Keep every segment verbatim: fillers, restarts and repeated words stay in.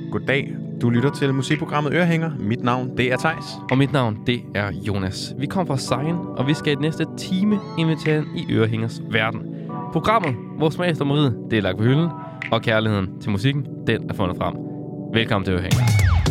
Goddag. Du lytter til musikprogrammet Ørehænger. Mit navn, det er Theis. Og mit navn, det er Jonas. Vi kommer fra Sein, og vi skal i den næste time invitere ind i Ørehængers verden. Programmet, hvor smagsdommeriet, det er lagt på hylden, og kærligheden til musikken, den er fundet frem. Velkommen til Ørehænger.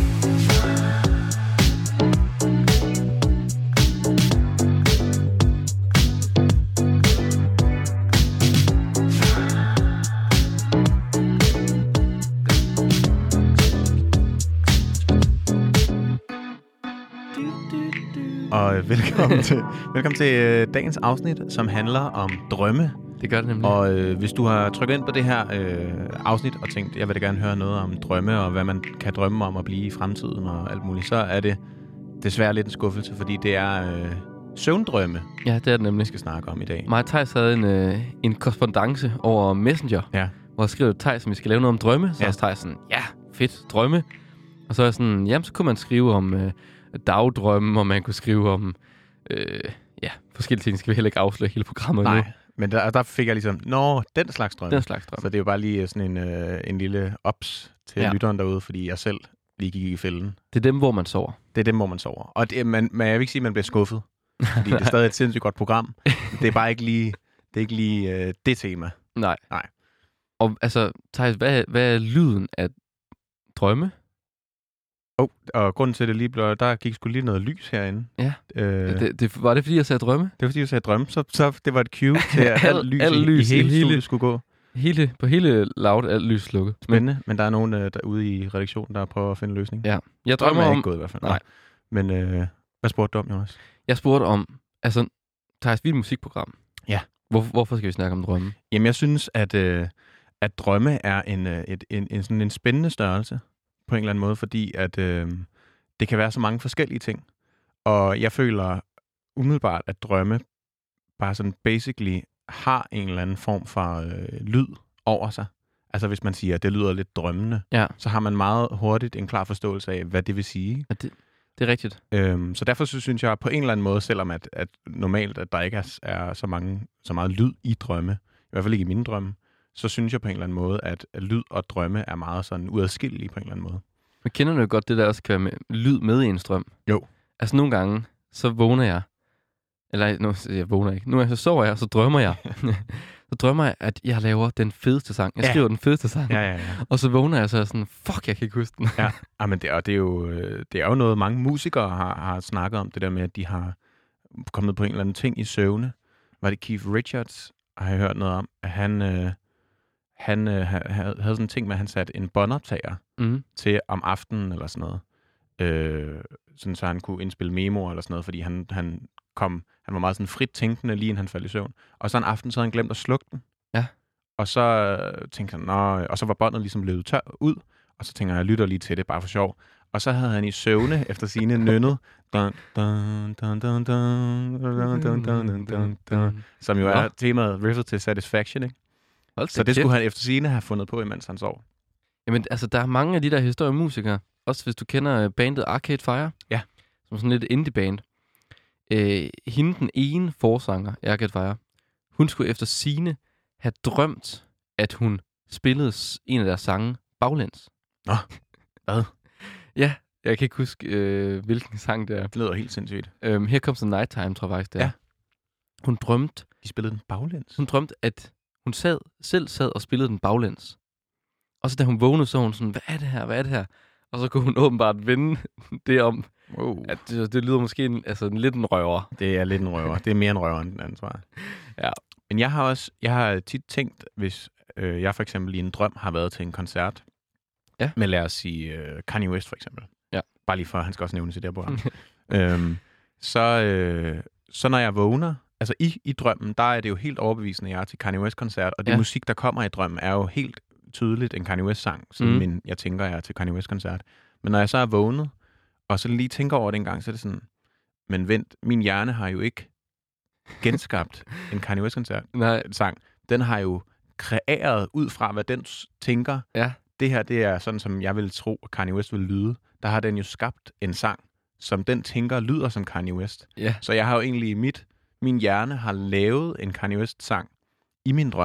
Og velkommen til, velkommen til øh, dagens afsnit, som handler om drømme. Det gør det nemlig. Og øh, hvis du har trykket ind på det her øh, afsnit og tænkt, jeg vil da gerne høre noget om drømme, og hvad man kan drømme om at blive i fremtiden og alt muligt, så er det desværre lidt en skuffelse, fordi det er øh, søvndrømme, Ja, det er det nemlig. vi skal snakke om i dag. Mig og Theis havde en, øh, en korrespondance over Messenger, Ja. hvor jeg skrev til Theis, om vi skal lave noget om drømme. Så Ja. ja. Theis sådan, ja, fedt, drømme. Og så er jeg sådan, jamen, så kunne man skrive om øh, dagdrømme, og man kunne skrive om øh, ja, forskellige ting. Skal vi heller ikke afsløre hele programmet nu. Nej, men der, der fik jeg ligesom, nå, den slags drømme. Den slags drømme. Så det er jo bare lige sådan en, øh, en lille ops til Ja. lytteren derude, fordi jeg selv lige gik i fælden. Det er dem, hvor man sover. Det er dem, hvor man sover. Og det, man, man, jeg vil ikke sige, at man bliver skuffet, fordi det er stadig et sindssygt godt program. Det er bare ikke lige det, er ikke lige, øh, det tema. Nej. Nej. Og altså, Theis, hvad, hvad er lyden af drømme? Oh, og grunden til, at det lige blev, der gik sgu lige noget lys herinde. Ja. Øh, det, Det, det, var det, fordi jeg sagde drømme? det var, fordi du sagde drømme, så, så det var et cue til, at alt lys, Alt i, lys i hele i hele- studiet skulle gå. Hele, på hele loud alt lys slukket. Spændende, men der er nogen øh, derude i redaktionen, der prøver at finde en løsning. Ja. Jeg Drømmer drømmer er om... ikke gået i hvert fald. Nej. Men øh, hvad spurgte du om, Jonas? Jeg spurgte om... Altså, Theis, vi er et musikprogram. Ja. Hvor, hvorfor skal vi snakke om drømme? Jamen, jeg synes, at, øh, at drømme er en, øh, et, en, en, sådan en spændende størrelse på en eller anden måde, fordi at øh, det kan være så mange forskellige ting. Og jeg føler umiddelbart, at drømme bare sådan basically har en eller anden form for øh, lyd over sig. Altså hvis man siger, at det lyder lidt drømmende, Ja. så har man meget hurtigt en klar forståelse af, hvad det vil sige. Ja, det, det er rigtigt. Øhm, så derfor så synes jeg på en eller anden måde, selvom at, at normalt, at der ikke er, er så, mange, så meget lyd i drømme, i hvert fald ikke i mine drømme, så synes jeg på en eller anden måde, at, at lyd og drømme er meget sådan uadskillelige på en eller anden måde. Men kender du godt det der også kan være med lyd med i en strøm? Jo. Altså nogle gange, så vågner jeg. Eller nu jeg vågner ikke. Nu så sover jeg, og så drømmer jeg. Så drømmer jeg, at jeg laver den fedeste sang. Jeg Ja. skriver den fedeste sang. Ja, ja, ja. Og så vågner jeg så sådan, fuck, jeg kan ikke huske den. ja. Ah, men det, er, det, er jo, øh, det er jo noget, mange musikere har, har snakket om, det der med, at de har kommet på en eller anden ting i søvne. Var det Keith Richards, har jeg hørt noget om, at han, øh, han øh, havde sådan en ting med, at han satte en båndoptager Mm. til om aftenen eller sådan noget. Øh, sådan så han kunne indspille memoer eller sådan noget, fordi han, han kom, han var meget sådan frit tænkende, lige inden han faldt i søvn. Og så en aften, så havde han glemt at slukke den. Ja. Og så øh, tænkte han, nå, og så var båndet ligesom løbet tør ud, og så tænker jeg, jeg lytter lige til det, bare for sjov. Og så havde han i søvne efter sine nynnet, dun, dun, dun, dun, dun, dun, dun, dun, dun, dun, dun, som jo er Nå. temaet riffet til Satisfaction, ikke? Hold Så det skulle han efter sine have fundet på, imens han sov. Jamen, altså, der er mange af de der historiemusikere, også hvis du kender øh, bandet Arcade Fire, Ja. som sådan lidt indie-band. Øh, hende, den ene forsanger, Arcade Fire, hun skulle efter sine have drømt, at hun spillede s- en af deres sange baglæns. Nå, hvad? Ja, jeg kan ikke huske, øh, hvilken sang det er. Det lyder helt sindssygt. Øhm, Her Comes the Nighttime, tror jeg faktisk, det er. Ja. Hun drømte, De spillede den baglæns. hun drømte, at hun sad, selv sad og spillede den baglæns. Og så da hun vågnede, så var hun sådan, hvad er det her, hvad er det her? Og så kunne hun åbenbart vende det om, Wow. at det, det lyder måske en, altså, en lidt en røver. Det er lidt en røver. Det er mere en røver end den anden, tror jeg. Ja. Men jeg har også, jeg har tit tænkt, hvis øh, jeg for eksempel i en drøm har været til en koncert, Ja. med lad os sige øh, Kanye West for eksempel. Ja. Bare lige for, han skal også nævnes i det her program. øhm, så, øh, så når jeg vågner, altså i, i drømmen, der er det jo helt overbevisende, at jeg er til Kanye West-koncert, og det Ja. musik, der kommer i drømmen, er jo helt tydeligt en Kanye West-sang, siden Mm. min, jeg tænker, jeg er til Kanye West-koncert. Men når jeg så er vågnet, og så lige tænker over det en gang, så er det sådan, men vent, min hjerne har jo ikke genskabt en Kanye West-koncert Nej, sang. Den har jo kreeret ud fra, hvad den s- tænker. ja. Det her, det er sådan, som jeg vil tro, at Kanye West vil lyde. Der har den jo skabt en sang, som den tænker lyder som Kanye West. Ja. Så jeg har jo egentlig i mit, min hjerne har lavet en Kanye West-sang i min drøm.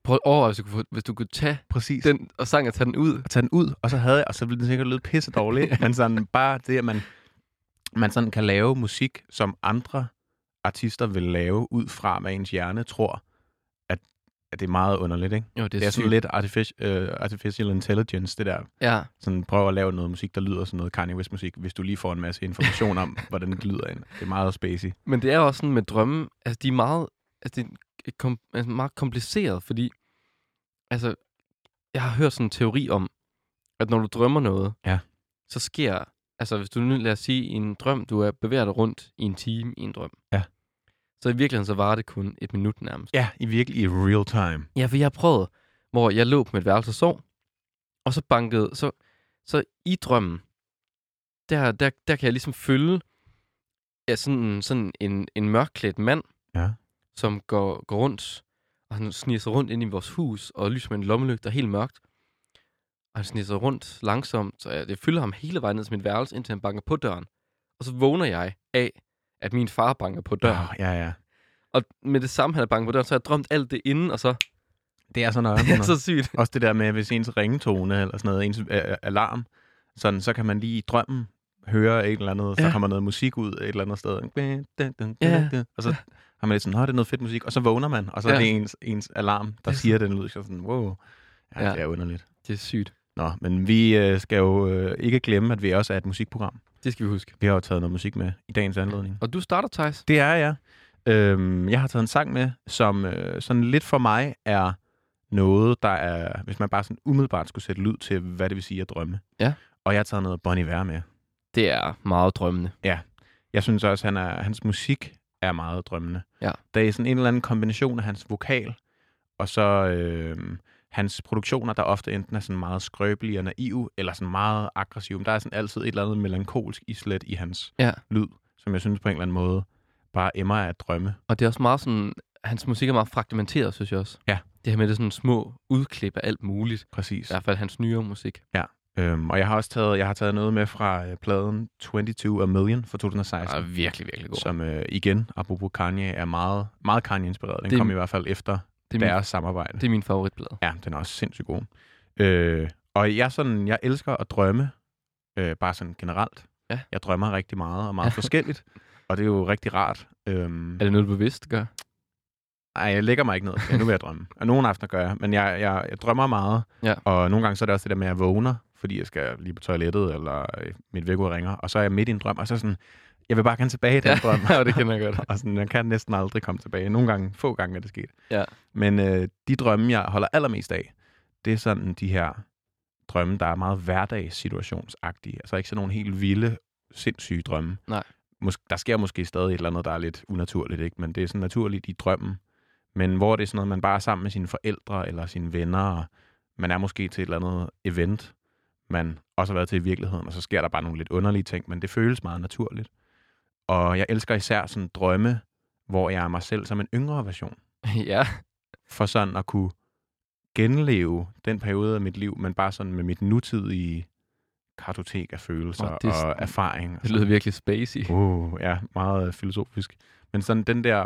Prøv at overveje, hvis du kunne, få- hvis du kunne tage Præcis. den og sang og tage den ud. At tage den ud, og så havde jeg, og så ville den sikkert lyde pisse dårligt. Men sådan bare det, at man, man sådan kan lave musik, som andre artister vil lave, ud fra, hvad ens hjerne tror, at, at det er meget underligt, ikke? Jo, det er, Det er sådan sygt. lidt artificial, uh, artificial intelligence, det der. Ja, Sådan prøv at lave noget musik, der lyder som noget Kanye West musik, hvis du lige får en masse information om, hvordan det lyder. Det er meget spacey. men det er også sådan med drømme, altså de er meget, altså det er kom, altså meget kompliceret, fordi, altså, jeg har hørt sådan en teori om, at når du drømmer noget, Ja. så sker, altså hvis du nu, lad os sige, i en drøm, du er bevæger dig rundt i en time i en drøm. Ja. Så i virkeligheden, så var det kun et minut nærmest. Ja, i virkelig i real time. Ja, for jeg har prøvet, hvor jeg lå på mit værelse og sov, og så bankede, så, så i drømmen, der, der, der kan jeg ligesom følge ja, sådan, sådan en, en mørkklædt mand, Ja. som går, går rundt, og han sniger sig rundt ind i vores hus, og lyser med en lommelygte, der er helt mørkt. Og han sniger sig rundt langsomt, så jeg, jeg følger ham hele vejen ned til mit værelse, indtil han banker på døren. Og så vågner jeg af, at min far banker på døren. Oh, ja, ja. Og med det samme, han har banket på døren, så har jeg drømt alt det inden, og så... Det er sådan noget. Det er så sygt. Også det der med, hvis ens ringetone eller sådan noget, ens øh, alarm, sådan, så kan man lige i drømmen høre et eller andet, Ja. så kommer noget musik ud et eller andet sted. Ja. Og så har man lidt sådan, åh, det er noget fedt musik, og så vågner man, og så ja. er Ja. det ens, ens alarm, der Det er siger den lyd, så sådan, wow, ja, Ja. det er underligt. Det er sygt. Nå, men vi øh, skal jo øh, ikke glemme, at vi også er et musikprogram. Det skal vi huske. Vi har jo taget noget musik med i dagens anledning. Og du starter, Thijs. Det er jeg. Øhm, jeg har taget en sang med, som øh, sådan lidt for mig er noget, der er, hvis man bare sådan umiddelbart skulle sætte lyd til, hvad det vil sige at drømme. Ja. Og jeg har taget noget Bon Iver med. Det er meget drømmende. Jeg synes også, han er, hans musik er meget drømmende. Ja. Der er sådan en eller anden kombination af hans vokal, og så øh, hans produktioner, der ofte enten er sådan meget skrøbelige og naive, eller sådan meget aggressive. Men der er sådan altid et eller andet melankolsk islet i hans Ja. lyd, som jeg synes på en eller anden måde bare emmer af at drømme. Og det er også meget sådan... Hans musik er meget fragmenteret, synes jeg også. Ja. Det her med det sådan små udklip af alt muligt. Præcis. I hvert fald hans nyere musik. Øhm, og jeg har også taget, jeg har taget noget med fra øh, pladen toogtyve A Million fra to tusind og seksten, Er virkelig, virkelig god. som øh, igen, apropos Kanye, er meget, meget Kanye-inspireret. Den Det- kom i hvert fald efter det, er min, deres samarbejde. det er min favoritplade. Ja, den er også sindssygt god. Øh, og jeg, sådan, jeg elsker at drømme, øh, bare sådan generelt. Ja. Jeg drømmer rigtig meget og meget forskelligt, og det er jo rigtig rart. Øhm, Er det noget, du bevidst gør? Ej, jeg lægger mig ikke ned. Ja, nu vil jeg drømme. Og nogle aftener gør jeg, men jeg, jeg, jeg drømmer meget. Ja. Og nogle gange så er det også det der med, at jeg vågner, fordi jeg skal lige på toilettet, eller øh, mit vækkeur ringer, og så er jeg midt i en drøm, og så sådan, jeg vil bare gerne tilbage i den drøm. Ja, det kender jeg godt. Og sådan, jeg kan næsten aldrig komme tilbage. Nogle gange, få gange er det sket. Ja. Men øh, de drømme, jeg holder allermest af, det er sådan de her drømme, der er meget hverdagssituationsagtige. Altså ikke sådan nogle helt vilde, sindssyge drømme. Nej. Mås- der sker måske stadig et eller andet, der er lidt unaturligt, ikke? Men det er sådan naturligt i drømmen. Men hvor det er sådan noget, man bare er sammen med sine forældre eller sine venner, og man er måske til et eller andet event, man også har været til i virkeligheden, og så sker der bare nogle lidt underlige ting, men det føles meget naturligt. Og jeg elsker især sådan drømme, hvor jeg er mig selv som en yngre version. Ja. For sådan at kunne genleve den periode af mit liv, men bare sådan med mit nutidige kartotek af følelser Åh, oh, det er og sådan- erfaring. Det lyder virkelig spacey. Uh, ja, meget filosofisk. Men sådan den der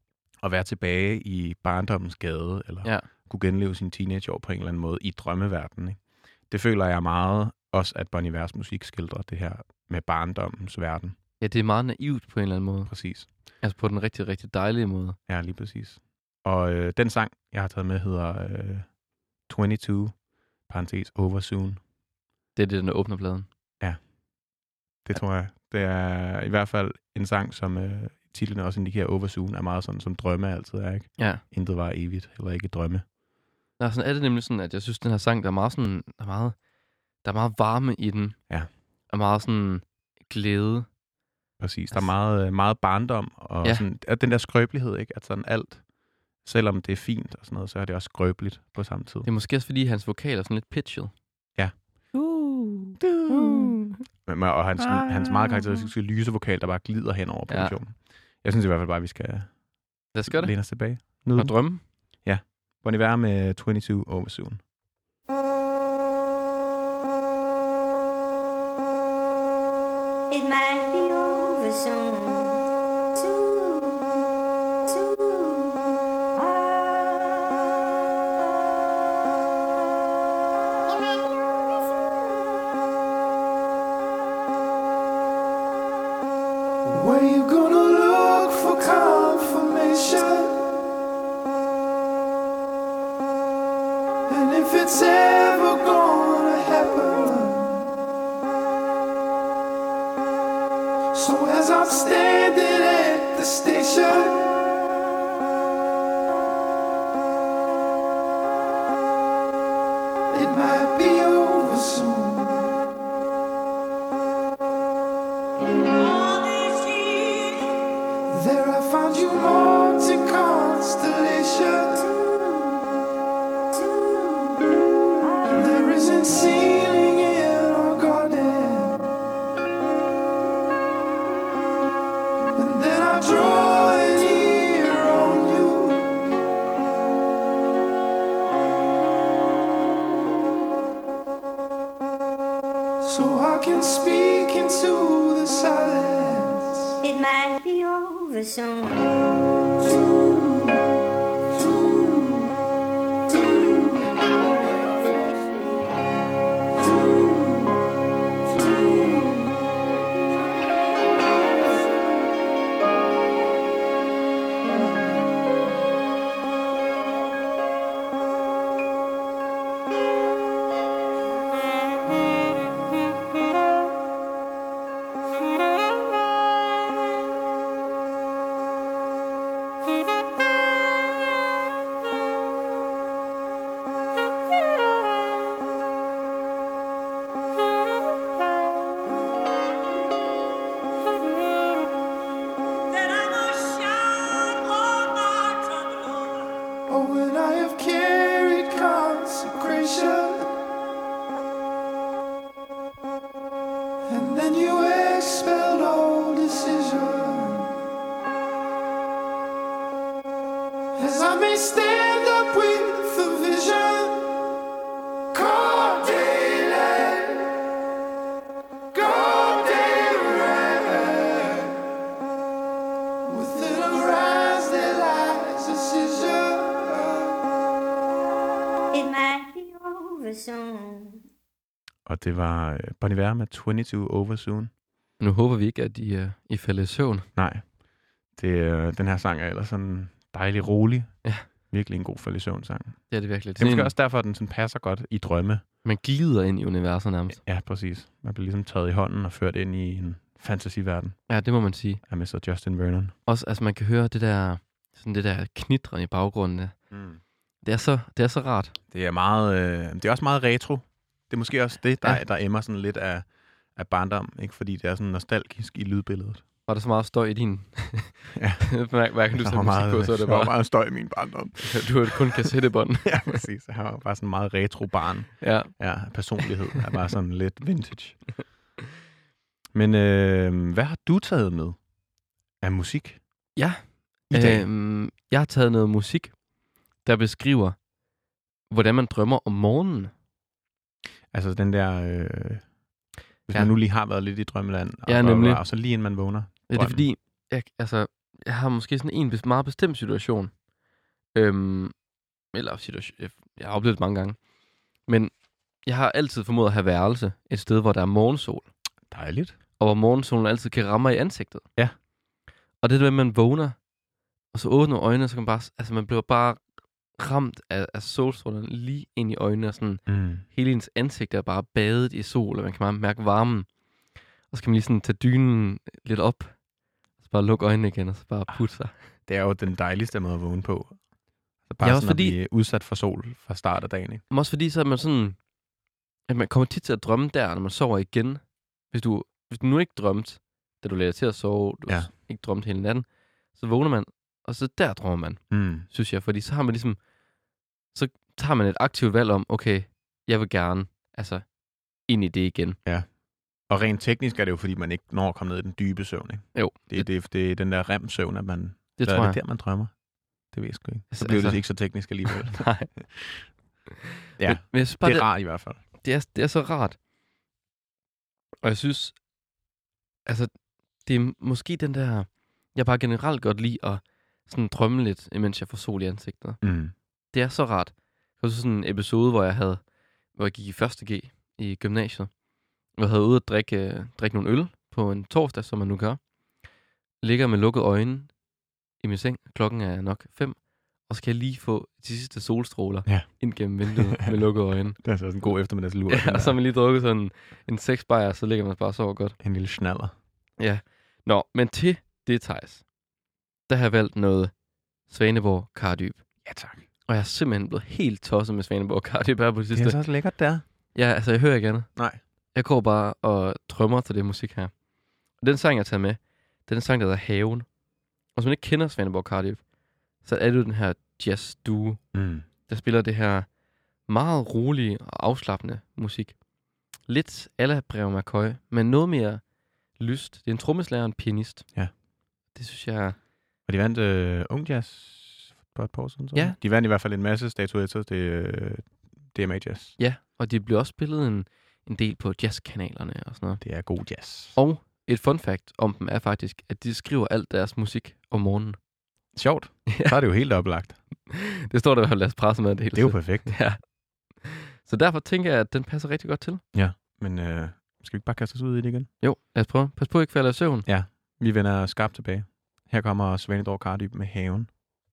at være tilbage i barndommens gade, eller Ja. kunne genleve sin teenageår på en eller anden måde i drømmeverdenen. Ikke? Det føler jeg meget også, at Bon Ivers musik skildrer det her med barndommens verden. Ja, det er meget naivt på en eller anden måde. Præcis. Altså på den rigtig, rigtig dejlige måde. Ja, lige præcis. Og øh, den sang, jeg har taget med, hedder øh, toogtyve, parentes, Over Soon. Det er det, der åbner pladen. Det tror jeg. Det er i hvert fald en sang, som øh, titlen også indikerer, Over Soon, er meget sådan, som drømme altid er, ikke? Ja. Intet var evigt, heller ikke drømme. Der sådan er det nemlig sådan, at jeg synes, den her sang, der er meget sådan, der er meget, der er meget varme i den. Ja. Og meget sådan glæde. Præcis. Der er meget, øh, meget barndom, og Ja. sådan, at den der skrøbelighed, ikke? At sådan alt, selvom det er fint og sådan noget, så er det også skrøbeligt på samme tid. Det er måske også, fordi hans vokal er sådan lidt pitchet. Ja. Uh, uh. Men- Og hans, hans meget karakteristiske lyse vokal, der bare glider hen over Ja. produktionen. Jeg synes i hvert fald bare, at vi skal Lad os gøre det. læne os tilbage. Nyde Og den. drømme. Bon Iver med toogtyve Over Soon. It might be over soon. Soon, soon. Ah, so I can speak into the silence. It might be over soon. Oh, when I have carried consecration, and then you expelled all decision, as I may stand up with a vision, God daylight, God daylight, within a rise there lies a scissor. It might be over soon. Og det var øh, Bon Iver med toogtyve Over Soon. Nu håber vi ikke, at I, uh, I falder i søvn. Nej, det, øh, den her sang er ellers sådan dejlig rolig. Ja. Virkelig en god falde i søvn sang. Det er det virkelig. Det er måske en, også derfor, at den sådan passer godt i drømme. Man glider ind i universet nærmest. Ja, præcis. Man bliver ligesom taget i hånden og ført ind i en fantasiverden Ja, det må man sige. af mister Justin Vernon. Også, altså man kan høre det der, sådan det der knitren i baggrunden. Mm. Det er så, det er så rart. Det er meget, øh, det er også meget retro. Det er måske også det, der, Ja. ja. der emmer sådan lidt af, af barndom, ikke? Fordi det er sådan nostalgisk i lydbilledet. Var der så meget støj i din? Ja. Hver hver gang du Der sætter var musik meget, på, så er det der var bare... meget støj i min barndom. Du har kun kassettebånd. Ja, præcis. Jeg har bare sådan meget retro barn. Ja. Ja, personlighed er bare sådan lidt vintage. Men øh, hvad har du taget med af musik Ja. i dag? Øhm, jeg har taget noget musik, der beskriver, hvordan man drømmer om morgenen. Altså den der... Øh, hvis Ja. man nu lige har været lidt i drømmeland, og, Ja, og, nemlig. og, og så lige inden man vågner. Ja, det er Drømmen. fordi, jeg, altså, jeg har måske sådan en bes- meget bestemt situation. Øhm, eller situation, jeg, jeg har oplevet det mange gange. Men jeg har altid formået at have værelse et sted, hvor der er morgensol. Dejligt. Og hvor morgensolen altid kan ramme mig i ansigtet. Ja. Og det er det, at man vågner, og så åbner øjnene, så kan man bare, altså man bliver bare ramt af, af solstrålerne lige ind i øjnene, og sådan Mm. hele ens ansigt er bare badet i sol, og man kan bare mærke varmen. Og så kan man lige sådan tage dynen lidt op, og så bare lukke øjnene igen, og så bare putte sig. Det er jo den dejligste måde at vågne på. Så bare Ja, ja, også sådan fordi- at blive udsat for sol fra start af dagen. Ikke? Men også fordi, så er man sådan, at man kommer tit til at drømme der, når man sover igen. Hvis du, hvis du nu ikke drømte, da du lagde dig til at sove, du Ja. ja. ikke drømte hele natten, så vågner man, og så der drømmer man, Mm. synes jeg. Fordi så har man ligesom, så tager man et aktivt valg om, okay, jeg vil gerne, altså, ind i det igen. Og rent teknisk er det jo, fordi man ikke når at komme ned i den dybe søvn. Ikke? Jo. Det, det, det er den der rem-søvn, at man... Det så tror er jeg. det der, man drømmer. Det ved jeg sgu ikke. Så Altså- bliver det altså- ikke så teknisk alligevel. Nej. Ja, Men, men jeg synes bare, det er rart i hvert fald. det er, det er så rart. Og jeg synes, altså, det er måske den der, jeg bare generelt godt lide at sådan drømme lidt, imens jeg får sol i ansigtet. Mm. Det er så rart. Jeg husker sådan en episode, hvor jeg havde, hvor jeg gik i første G i gymnasiet, og jeg havde ude at drikke, drikke nogle øl på en torsdag, som man nu gør. Ligger med lukkede øjne i min seng. Klokken er nok fem, og så kan jeg lige få de sidste solstråler Ja. ind gennem vinduet med lukkede øjne. Det er altså også en god eftermiddagslur. Ja, og så har man lige drukket sådan en seks bajer, så ligger man bare og sover godt. En lille schnaller. Ja. Nå, men til det, Theis, der har jeg valgt noget Svaneborg Kardyb. Ja, tak. Og jeg er simpelthen blevet helt tosset med Svaneborg Kardyb her på det Det sidste. er så også lækkert der. Ja, altså jeg hører ikke andet. Nej. Jeg går bare og drømmer til det musik her. Og den sang, jeg har taget med, det er den sang, der hedder Haven. Og hvis man ikke kender Svaneborg Kardyb, så er det jo den her jazz duo, Mm. der spiller det her meget rolige og afslappende musik. Lidt a la Breve McCoy, men noget mere lyst. Det er en trommeslager og en pianist. Ja. Det synes jeg... Og de vandt øh, Ung Jazz for et par år siden. Så. Ja. De vandt i hvert fald en masse statuetter. Det er øh, D M A Jazz. Ja, og det blev også spillet en, en del på jazzkanalerne og sådan noget. Det er god jazz. Og et fun fact om dem er faktisk, at de skriver alt deres musik om morgenen. Sjovt. Så er det jo helt oplagt. Det står der i hvert fald deres pressemad det hele Det er jo tiden. perfekt. Ja. Så derfor tænker jeg, at den passer rigtig godt til. Ja, men øh, skal vi ikke bare kaste os ud i det igen? Jo, lad os prøve. Pas på, ikke falder i søvn. Ja, vi vender skarpt tilbage. Her kommer Svanedår Kardyb med Haven.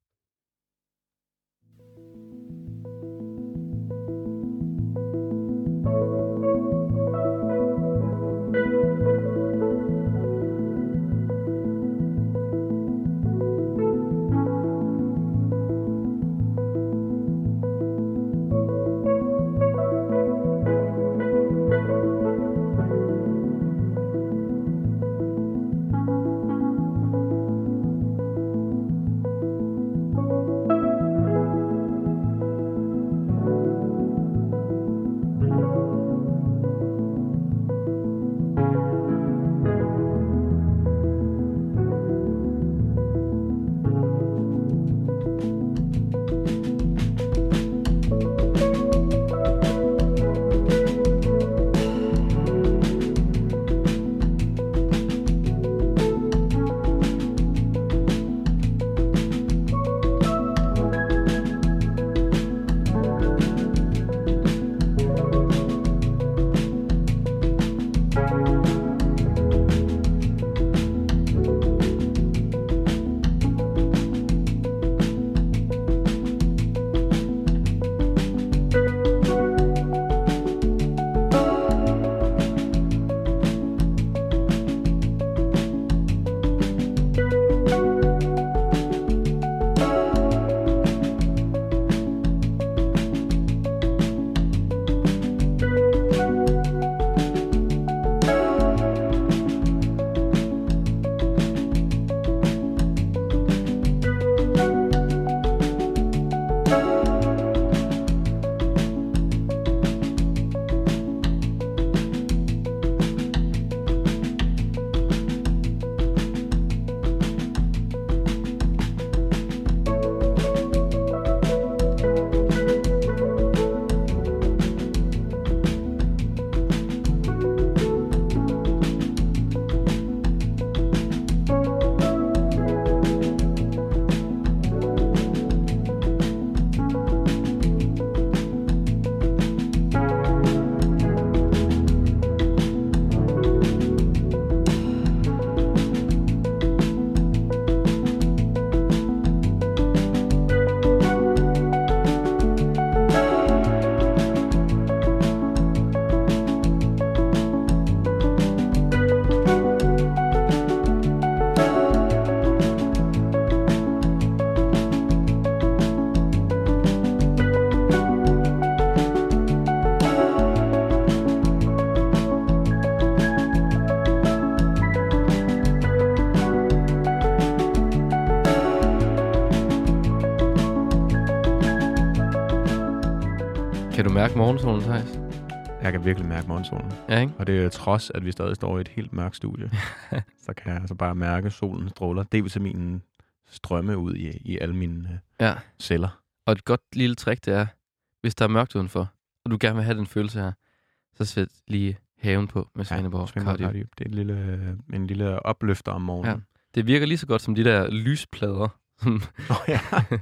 Kan du mærke morgensolen, Thijs? Jeg kan virkelig mærke morgensolen. Ja, ikke? Og det er trods, at vi stadig står i et helt mørkt studie. Så kan jeg altså bare mærke solens stråler. D-vitaminen strømme ud i, i alle mine øh, Ja. celler. Og et godt lille trick, det er, hvis der er mørkt udenfor, og du gerne vil have den følelse her, så sæt lige haven på med Svanedår Svanedår Kardyb. Kardyb. Det er en lille, en lille opløfter om morgenen. Ja. Det virker lige så godt som de der lysplader. Som Oh, ja.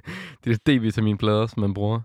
de der D-vitaminplader, som man bruger.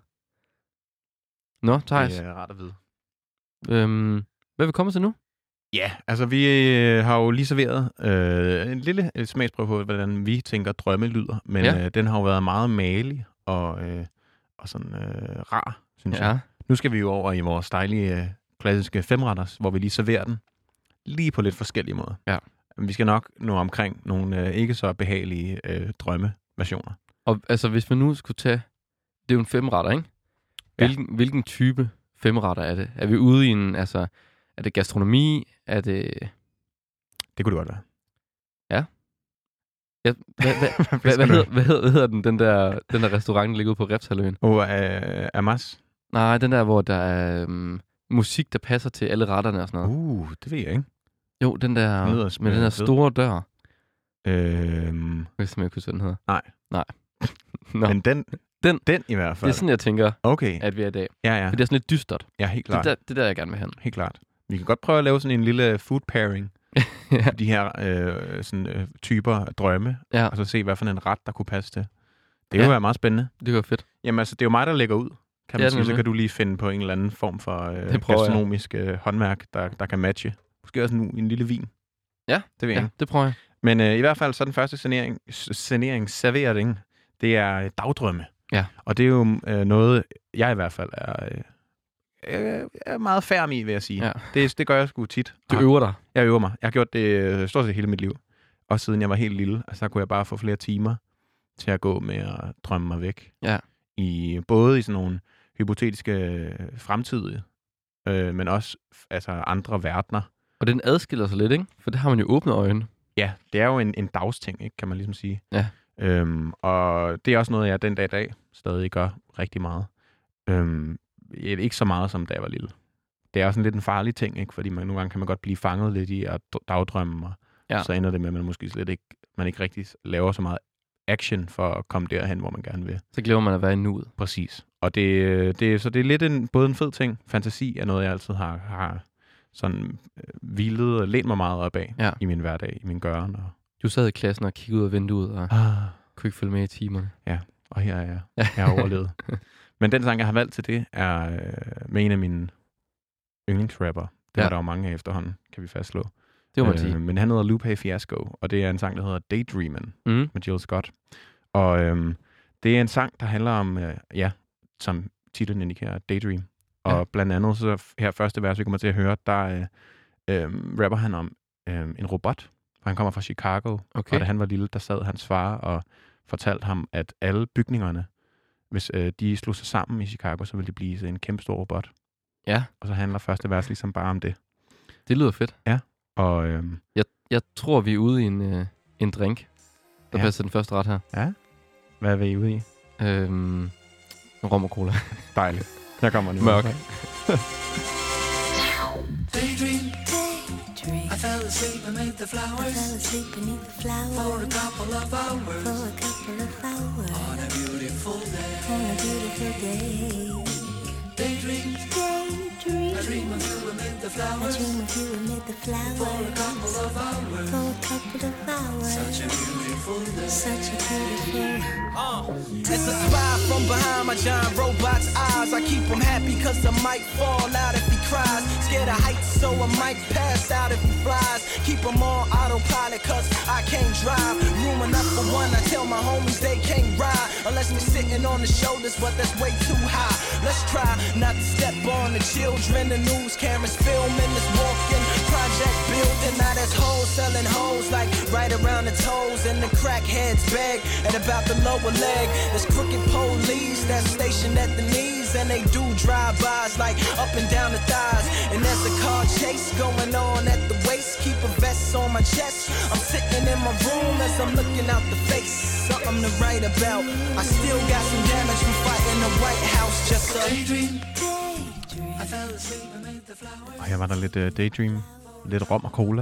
Nå, Thijs. Det er rart at vide. Øhm, hvad vil komme til nu? Ja, altså vi øh, har jo lige serveret øh, en lille øh, smagsprøve på, hvordan vi tænker drømme lyder. Men Ja. øh, den har jo været meget malig og, øh, og sådan øh, rar, synes jeg. Ja. Nu skal vi jo over i vores dejlige, øh, klassiske femretters, hvor vi lige serverer den. Lige på lidt forskellige måder. Ja. Vi skal nok nå omkring nogle øh, ikke så behagelige øh, drømmeversioner. Og altså, hvis man nu skulle tage... Det er jo en femretter, ikke? Hvilken, ja. hvilken type femretter er det? Er vi ude i en... Altså, er det gastronomi? Er det... Det kunne det godt være. Ja. ja hvad, hvad, hvad, hvad, hedder, hvad, hedder, hvad hedder den, den der, den der restaurant, der ligger ude på Refshaløen? Og uh, Amas? Nej, den der, hvor der er um, musik, der passer til alle retterne og sådan noget. Uh, det ved jeg ikke. Jo, den der Nederst med med den der fed. store dør. Øhm, Hvis man ikke husker, den hedder. Nej. Nej. Nå, men den, Den- den i hvert det fald. er sådan, jeg tænker, Okay, at vi er i dag. ja, ja. For det er sådan lidt dystert. Ja, helt Det er klart. der, det er der, jeg gerne vil hen. Helt klart. Vi kan godt prøve at lave sådan en lille food pairing. Ja. De her øh, sådan, øh, typer af drømme. Ja. Og så se, hvad for en ret, der kunne passe til. Det Ja. kunne være meget spennende. Det var fedt. Jamen altså, det er jo mig, der lægger ud. Kan man Ja, sige. Så nemlig. kan du lige finde på en eller anden form for øh, Det prøver jeg. gastronomisk øh, håndværk, der, der kan matche. Måske også en, en lille vin. Ja, Det ved jeg Ja, ikke. det prøver jeg. Men øh, i hvert fald så den første sanering, sanering servering, det er øh, dagdrømme. Ja. Og det er jo øh, noget, jeg i hvert fald er, øh, er meget færm i, vil jeg sige. Ja. Det, det gør jeg sgu tit. Du øver dig. Jeg øver mig. Jeg har gjort det øh, stort set hele mit liv. Også siden jeg var helt lille. Altså, så kunne jeg bare få flere timer til at gå med at drømme mig væk. Ja. I, både i sådan nogle hypotetiske øh, fremtidige, øh, men også altså, andre verdener. Og den adskiller sig lidt, ikke? For det har man jo åbne øjne. Ja, det er jo en, en dagsting, ikke, kan man ligesom sige. Ja. Øhm, og det er også noget, jeg den dag i dag stadig gør rigtig meget. Øhm, ikke så meget, som da jeg var lille. Det er også en lidt en farlig ting, ikke? Fordi man, nogle gange kan man godt blive fanget lidt i at dagdrømme, og Ja. så ender det med, at man måske slet ikke, man ikke rigtig laver så meget action for at komme derhen, hvor man gerne vil. Så glemmer man at være i nuet. Præcis. Og det, det, så det er lidt en, både en fed ting. Fantasi er noget, jeg altid har, har sådan øh, hvilet og lænt mig meget op af Ja. i min hverdag, i min gøren. Og, Du sad i klassen og kiggede ud af vinduet og ah, kunne ikke følge med i timerne. og her er jeg. Jeg har overlevet. Men den sang, jeg har valgt til det, er øh, med en af mine yndlingsrapper. Det Ja. er der jo mange af efterhånden, kan vi fastslå. Det må man sige. men han hedder Lupe Fiasco, og det er en sang, der hedder Daydreamin' Mm. med Jill Scott. Og øhm, det er en sang, der handler om, øh, ja, som titlen indikerer, Daydream. Og Ja. blandt andet, så her første vers, vi kommer til at høre, der øh, øh, rapper han om øh, en robot, for han kommer fra Chicago. Okay. Og da han var lille, der sad hans far og fortalte ham, at alle bygningerne, hvis øh, de slog sig sammen i Chicago, så ville de blive til en kæmpe stor robot. Ja, Og så handler første vers ligesom bare om det. det lyder fedt. Og øhm, Jeg tror, vi er ude i en, øh, en drink, der Ja. passer den første ret her. ja, hvad er vi ude i? Øhm, rom og cola. Dejligt. Der kommer den. Mørk. Daydream. Daydream. I fell asleep amid the I flowers fell asleep beneath the for a flowers couple of hours for a couple of hours on a beautiful day. on a beautiful day. Daydream. Daydream. I dream of you amid the I flowers dream of you amid the for a flowers couple of hours. for a couple of hours. Such a beautiful day. Such a beautiful. Uh, it's a spy from behind my giant robot's eyes. I keep him happy cause I might fall out if he cries. Scared of heights so I might pass out if he flies. Keep him on autopilot cause I can't drive. Room enough for one, I tell my homies they can't ride. Unless we're sitting on the shoulders, but that's way too high. Let's try not to step on the children. The news cameras filming this walking project building. Now there's hoes selling hoes like right around the toes. And the crackheads beg at about the lower leg. There's crooked police that's stationed at the knees. And they do drive-bys like up and down the thighs. And there's a car chase going on at the waist. Keep a vest on my chest. I'm sitting in my room as I'm looking out the face. Something to write about. I still got some damage from fighting the White House. Just a Daydream. Daydream. I fell asleep amid the flowers. Og her var der lidt uh, daydream, lidt rom og cola.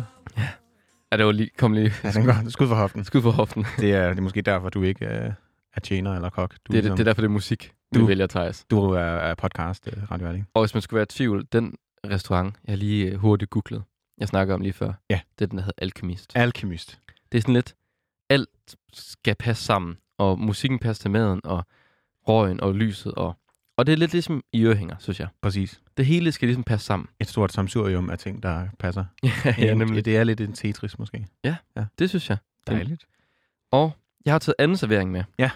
Ja, det var lige, kom lige Ja, den går skud for hoften. skud for hoften. Det er, det er måske derfor, du ikke uh, er tjener eller kok. Du, Det er, det, det er derfor, det er musik, du Du- vælger, Thijs. du er, er podcast uh, radiovært, ikke? Og hvis man skulle være i tvivl, den restaurant, jeg har lige øh, hurtigt googlet, jeg snakker om lige før, Ja. det er den, der hedder Alkemist. Alkemist. Det er sådan lidt, alt skal passe sammen, og musikken passer til maden, og røgen og lyset, og, og det er lidt ligesom i ørehænger, synes jeg. Præcis. Det hele skal ligesom passe sammen. Et stort samsurium af ting, der passer. ja, En- nemlig. Det er lidt en Tetris, måske. Det synes jeg. Dejligt. Og jeg har taget anden servering med. Ja.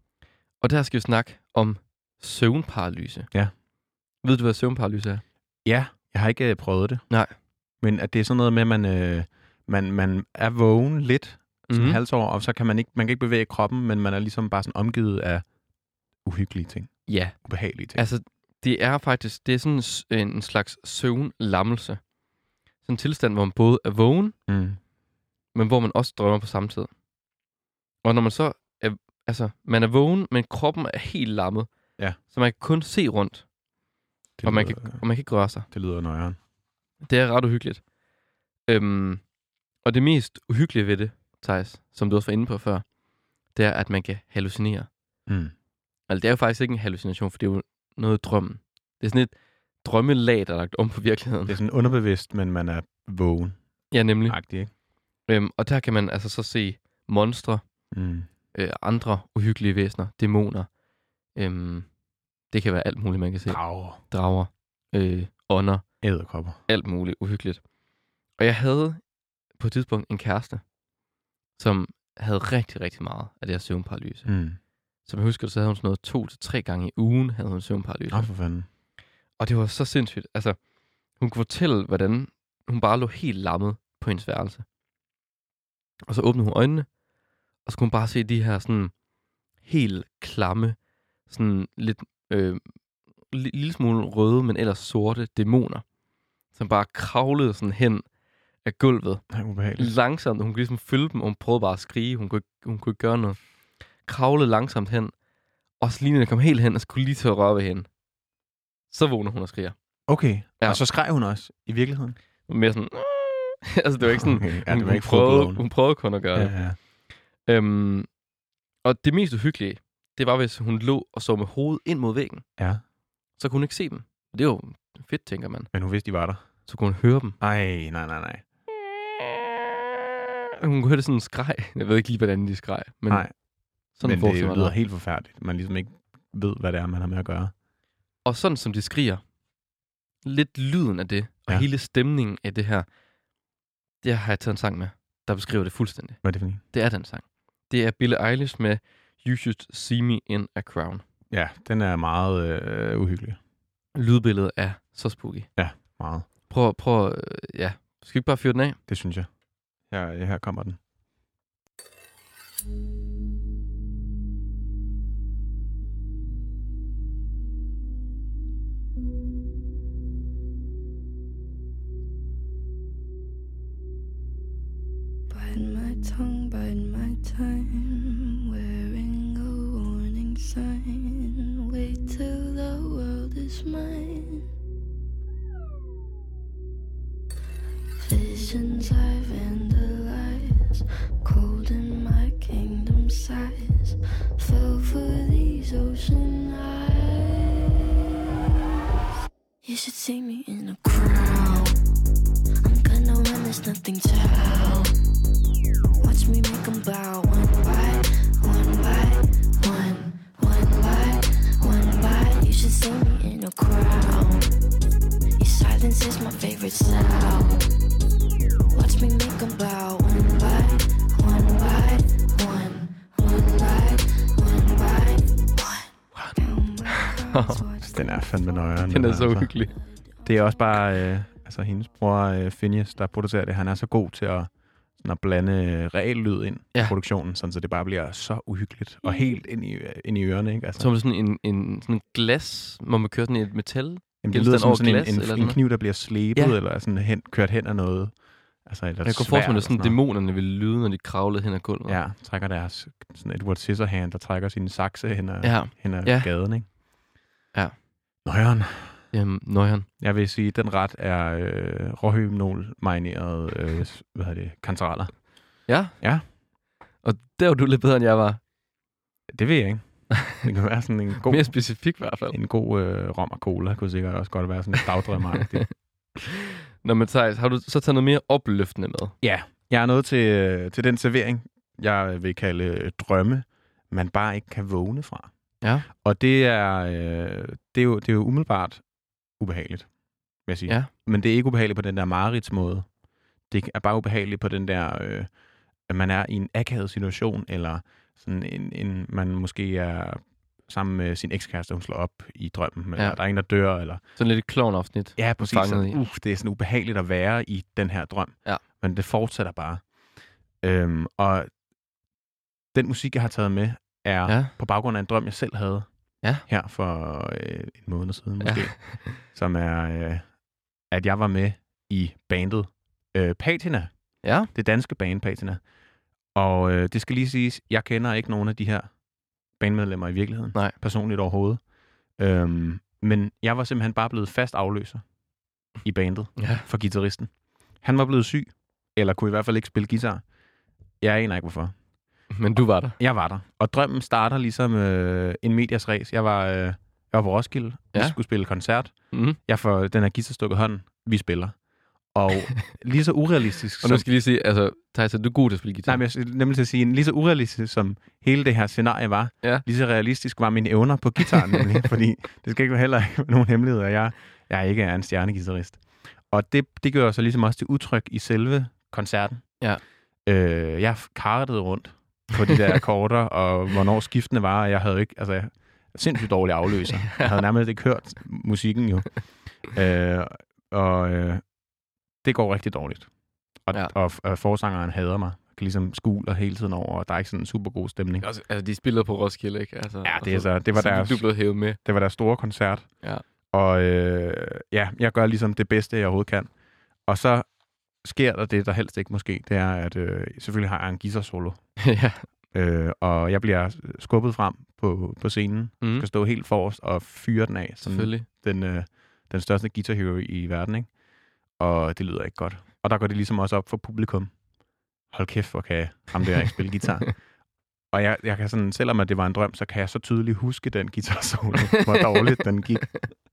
Og der skal vi snakke om søvnparalyse. Ja. Ved du, hvad søvnparalyse er? Ja, jeg har ikke uh, prøvet det. Nej. Men at det er sådan noget med, at man, øh, man, man er vågen lidt, som Mhm. mm. halvsår, og så kan man ikke, man kan ikke bevæge kroppen, men man er ligesom bare sådan omgivet af uhyggelige ting, Ja. ubehagelige ting. Altså, det er faktisk, det er sådan en s- en, en slags søvnlammelse. Sådan en tilstand, hvor man både er vågen, Mm. men hvor man også drømmer på samme tid. Og når man så er, altså, man er vågen, men kroppen er helt lammet. Ja. Så man kan kun se rundt, Det, og man, lyder, kan, og man kan ikke røre sig. det lyder nøjeren. Det er ret uhyggeligt. Øhm, og det mest uhyggelige ved det, Thijs, som du også var inde på før, det er, at man kan hallucinere. Mm. Altså, det er jo faktisk ikke en hallucination, for det er jo noget i drømmen. Det er sådan et, drømmelag, der er lagt om på virkeligheden. Det er sådan underbevidst, men man er vågen. Ja, nemlig. Agtig, ikke? Øhm, og der kan man altså så se monstre, Mm. øh, andre uhyggelige væsener, dæmoner. Øhm, det kan være alt muligt, man kan se. Drager. Drager, øh, ånder, Edderkopper. alt muligt uhyggeligt. Og jeg havde på et tidspunkt en kæreste, som havde rigtig, rigtig meget af det her søvnparalyse. Mm. Som jeg husker, så havde hun sådan noget to til tre gange i ugen, havde hun søvnparalyse. Nå, for fanden. Og det var så sindssygt. Altså, hun kunne fortælle, hvordan hun bare lå helt lammet på hendes værelse. Og så åbnede hun øjnene, og så kunne hun bare se de her sådan helt klamme, sådan lidt øh, lille smule røde, men ellers sorte dæmoner, som bare kravlede sådan hen af gulvet. Det er ubehageligt. Langsomt. Hun kunne ligesom følge dem, og hun prøvede bare at skrige. Hun kunne, ikke, hun kunne ikke gøre noget. Kravlede langsomt hen, og så lige når jeg kom helt hen, og skulle lige til at røre ved hende. Så vågner hun og skriger. Okay, Ja. og så skreg hun også i virkeligheden. Mere sådan... altså, det var ikke sådan... Okay. Ja, hun, det var hun, ikke prøvede, fuldblåen. hun prøvede kun at gøre Ja, det. ja. Øhm, og det mest uhyggelige, det var, hvis hun lå og så med hovedet ind mod væggen. Ja, Så kunne hun ikke se dem. Det er jo fedt, tænker man. men hun vidste, de var der. Så kunne hun høre dem. Ej, nej, nej, nej. Hun kunne høre det sådan en skreg. Jeg ved ikke lige, hvordan de skreg. Men nej, sådan men forestiller det jeg lyder mig. helt forfærdeligt. Man ligesom ikke ved, hvad det er, man har med at gøre. Og sådan som de skriger, lidt lyden af det, og Ja. hele stemningen af det her, det har jeg taget en sang med, der beskriver det fuldstændig. Hvad er det for en? Det er den sang. Det er Billie Eilish med You Should See Me in a Crown. Ja, den er meget øh, uhyggelig. Lydbilledet er så spooky. Meget. Prøv, prøv, øh, ja. Skal vi ikke bare fyre den af? Det synes jeg. Her, her kommer den. Bite my tongue, bite my time, wearing a warning sign. Wait till the world is mine. Visions I vandalize, cold in my kingdom size. Fell for these ocean eyes. You should see me in a crowd. I'm gonna run, there's nothing to help. Watch me make them bow one by one by one, one by one by. You should see me in a crowd. Your silence is my favorite sound. Watch me make them bow one by one by one, one by one by one. Den er fandme nøjere. Den er så uhyggelig. Det er også bare, øh, altså hendes bror øh, Phineas, der producerer det, han er så god til at, sådan at blande øh, reel lyd ind Ja. i produktionen, sådan så det bare bliver så uhyggeligt og helt ind i, ind i ørerne, ikke? Altså, Som sådan en, en sådan en glas, hvor man kører sådan et metal. jamen, det genstand lyder som over sådan glas en, eller en, sådan en noget. kniv, der bliver slebet, Ja. eller sådan hen, kørt hen af noget. Altså, eller Jeg kunne forestille mig, at sådan dæmonerne ville lyde, når de kravlede hen ad gulvet. Ja, trækker deres, sådan Edward Scissorhand, der trækker sine sakse hen ad, Ja. hen ad Ja. gaden, ikke? Ja. Nøjeren. Jamen, nøjeren. Jeg vil sige, at den ret er øh, råhypnol marineret, øh, hvad hedder det, kantareller. Ja. Ja. Og der var du lidt bedre, end jeg var. Det ved jeg ikke. Det kan være sådan en god, Mere specifik i hvert fald. en god øh, rom og cola, kunne sikkert også godt være sådan en dagdrømmeragtigt. Nå, men Thijs, har du så taget noget mere opløftende med? Ja, jeg er nået til, øh, til den servering, jeg vil kalde øh, drømme, man bare ikke kan vågne fra. Ja. Og det er, øh, det er, jo, det er jo umiddelbart ubehageligt, vil jeg sige. Ja. Men det er ikke ubehageligt på den der mareridtsmåde. Det er bare ubehageligt på den der, øh, at man er i en akavet situation, eller sådan en, en, man måske er sammen med sin ekskæreste, hun slår op i drømmen, eller Ja. der er en, der dør, eller... Sådan lidt et klovn-afsnit. Ja, præcis. fanget Sådan, i. uh, det er sådan ubehageligt at være i den her drøm. Ja. Men det fortsætter bare. Øhm, og den musik, jeg har taget med, er Ja. på baggrund af en drøm, jeg selv havde. Ja. Her for øh, en måned siden måske. Ja. Som er, øh, at jeg var med i bandet øh, Patina. Ja. Det danske band Patina. Og øh, det skal lige siges, jeg kender ikke nogen af de her bandmedlemmer i virkeligheden. Nej. Personligt overhovedet. Øhm, men jeg var simpelthen bare blevet fast afløser i bandet Ja. for guitaristen. Han var blevet syg, eller kunne i hvert fald ikke spille guitar. Jeg aner ikke hvorfor. Men du var der. Jeg var der. Og drømmen starter ligesom øh, en medias race. Jeg var, øh, jeg var på Roskilde. Vi Ja. skulle spille koncert. Mm. Jeg får den her guitar stukket hånden. Vi spiller. Og lige så urealistisk Og nu skal vi lige sige, altså, Thijs, er du god til at spille guitar? Nej, men jeg skal nemlig til at sige, lige så urealistisk som hele det her scenarie var, Ja. lige så realistisk var mine evner på guitaren, nemlig, fordi det skal ikke heller ikke være nogen hemmelighed, at jeg, jeg ikke er en stjerneguitarist. Og det, det gør så ligesom også til udtryk i selve koncerten. Ja. Øh, jeg kartede rundt på de der akkorder, og hvornår skiftene var, og jeg havde ikke, altså, jeg sindssygt dårlig afløser. Jeg havde nærmest ikke hørt musikken jo. Øh, og øh, det går rigtig dårligt. Og, Ja. ja. og, og forsangeren hader mig. Jeg kan ligesom skuler hele tiden over, og der er ikke sådan en super god stemning. Altså, altså, de spillede på Roskilde, ikke? Altså, Ja, det, er og så, det, var så deres, du blev hævet med. det var deres store koncert. Ja. Og øh, ja, jeg gør ligesom det bedste, jeg overhovedet kan. Og så sker der det, der helst ikke måske. Det er, at øh, selvfølgelig har jeg en guitar solo. ja. Øh, og jeg bliver skubbet frem på, på scenen. Mm. Jeg skal stå helt forrest og fyre den af. Som Selvfølgelig. den, øh, den største guitar hero i verden, ikke? Og det lyder ikke godt. Og der går det ligesom også op for publikum. Hold kæft, hvor kan ham der ikke spille guitar. Og jeg, jeg kan sådan, selvom at det var en drøm, så kan jeg så tydeligt huske den guitar solo, hvor dårligt den gik.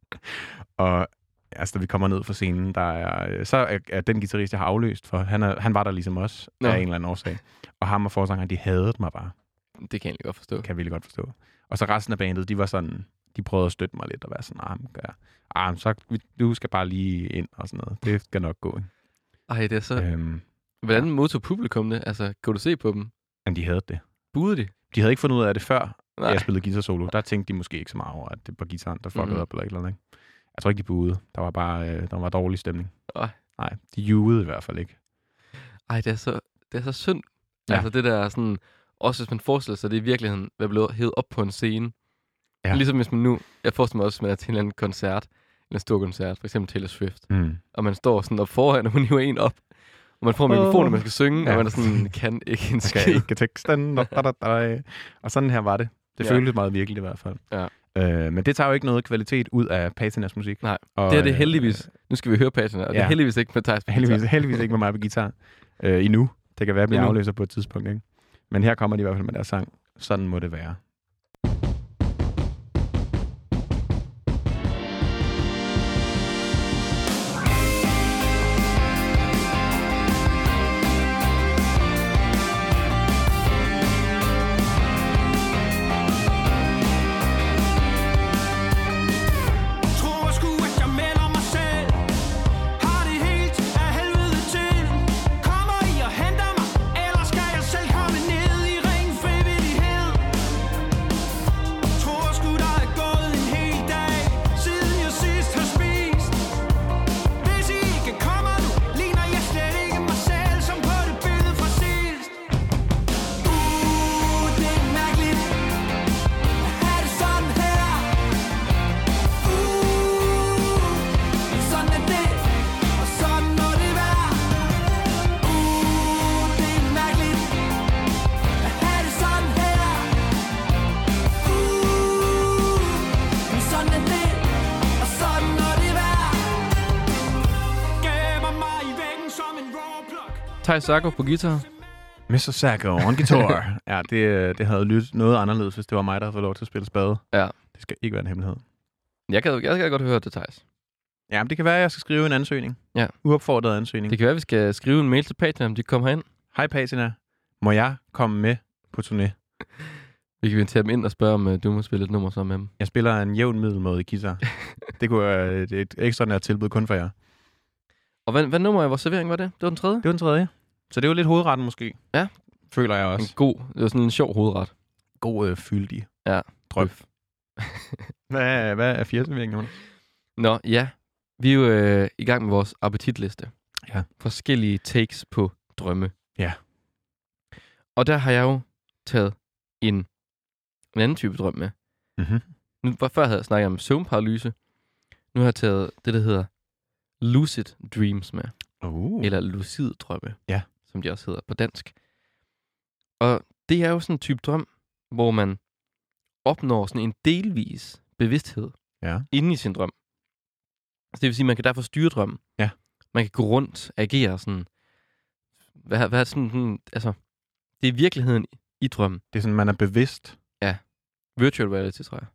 Og altså, da vi kommer ned fra scenen, der er, så er, er den guitarist, jeg har afløst for, han, er, han var der ligesom også Nå. af en eller anden årsag. Og ham og forsangeren, de hadede mig bare. Det kan jeg egentlig godt forstå. Det kan jeg virkelig godt forstå. Og så resten af bandet, de var sådan, de prøvede at støtte mig lidt og være sådan, ah, gør, ah så du skal bare lige ind og sådan noget. Det skal nok gå. Ej, det er så... Øhm, Hvordan modtog publikum det? Altså, kunne du se på dem? men de havde det. Buede de? De havde ikke fundet ud af det før, Nej. jeg spillede guitar solo. Der tænkte de måske ikke så meget over, at det var guitaren, der fuckede Mhm. mm. op eller et eller andet. Ikke? Jeg tror ikke, de buede. Der var bare øh, der var dårlig stemning. Ej. Nej, de jugede i hvert fald ikke. Ej, det er så, det er så synd. Ja. Ja. Altså, det der sådan... Også hvis man forestiller sig, at det i virkeligheden er blevet hævet op på en scene. Ja. Ligesom hvis man nu... Jeg forestiller mig også, hvis man er til en eller anden koncert, eller en stor koncert, for eksempel Taylor Swift, Mm. og man står sådan op foran, og hun hiver en op, og man får en mikrofon, og man skal synge, Ja. og man er sådan, kan ikke en Jeg skid. skal ikke teksten. Da, da, da, da. Og sådan her var det. Det Ja. føltes meget virkeligt i hvert fald. Ja. Øh, men det tager jo ikke noget kvalitet ud af Patinas musik. Nej, og, det er det øh, heldigvis. Nu skal vi høre Patina, og ja. det er Ja. heldigvis ikke med Thijs på Heldigvis, guitar. heldigvis ikke med mig på guitar. Øh, endnu. Det kan være, at jeg bliver Endnu. afløser på et tidspunkt. Ikke? Men her kommer de i hvert fald med deres sang. Sådan må det være. Tror sgu, at jeg melder mig selv. Har det helt af helvede til. Kommer I og henter mig, eller skal jeg selv komme ned i ren frivillighed? Tror sgu, der er gået en hel dag, siden jeg sidst har spist. Hvis I ikke kommer nu, ligner jeg slet ikke mig selv, som på det billede fra sidst. Uh, det er mærkeligt at have det sådan her. Sådan er det, og sådan må det være. Uh, det er mærkeligt at have det sådan her. Uh, sådan er det, og sådan må det være. Gemmer mig i væggen som en rawplug. Thijs Sarko på guitar. mister Sacco on guitar. Ja, det, det havde lyttet noget anderledes, hvis det var mig, der havde fået lov til at spille spade. Ja. Det skal ikke være en hemmelighed. Jeg kan, jeg kan godt høre det, Thijs. Ja, men det kan være, at jeg skal skrive en ansøgning. Ja. Uopfordret ansøgning. Det kan være, at vi skal skrive en mail til Patina, om de kommer herind. Hej Patina, må jeg komme med på turné? Vi kan invitere dem ind og spørge, om uh, du må spille et nummer sammen med dem. Jeg spiller en jævn middelmåde guitar. Det kunne være et, et ekstraordinært tilbud kun for jer. Og hvad, hvad nummer af vores servering var det? Det var den tredje? Det var den tredje. Så det var lidt hovedretten måske. Ja. Føler jeg En også. god, det var sådan en sjov hovedret. God øh, fyldig Ja. drøm. Bøf. Hvad er, hvad er fjerdeserveringen, Jonas? Nå, ja. Vi er jo øh, i gang med vores appetitliste. Ja. Forskellige takes på drømme. Ja. Og der har jeg jo taget en, en anden type drøm med. Mm-hmm. Nu, før havde jeg snakket om søvnparalyse. Nu har jeg taget det, der hedder lucid dreams med. Uh. Eller lucid drømme. Ja. Som de også hedder på dansk. Og det er jo sådan en type drøm, hvor man opnår sådan en delvis bevidsthed Ja. inde i sin drøm. Så det vil sige, at man kan derfor styre drømmen. Ja. Man kan gå rundt, agere sådan. Hvad, hvad er sådan, sådan, altså, det er virkeligheden i drømmen. Det er sådan, man er bevidst. Virtual reality, tror jeg. Ja,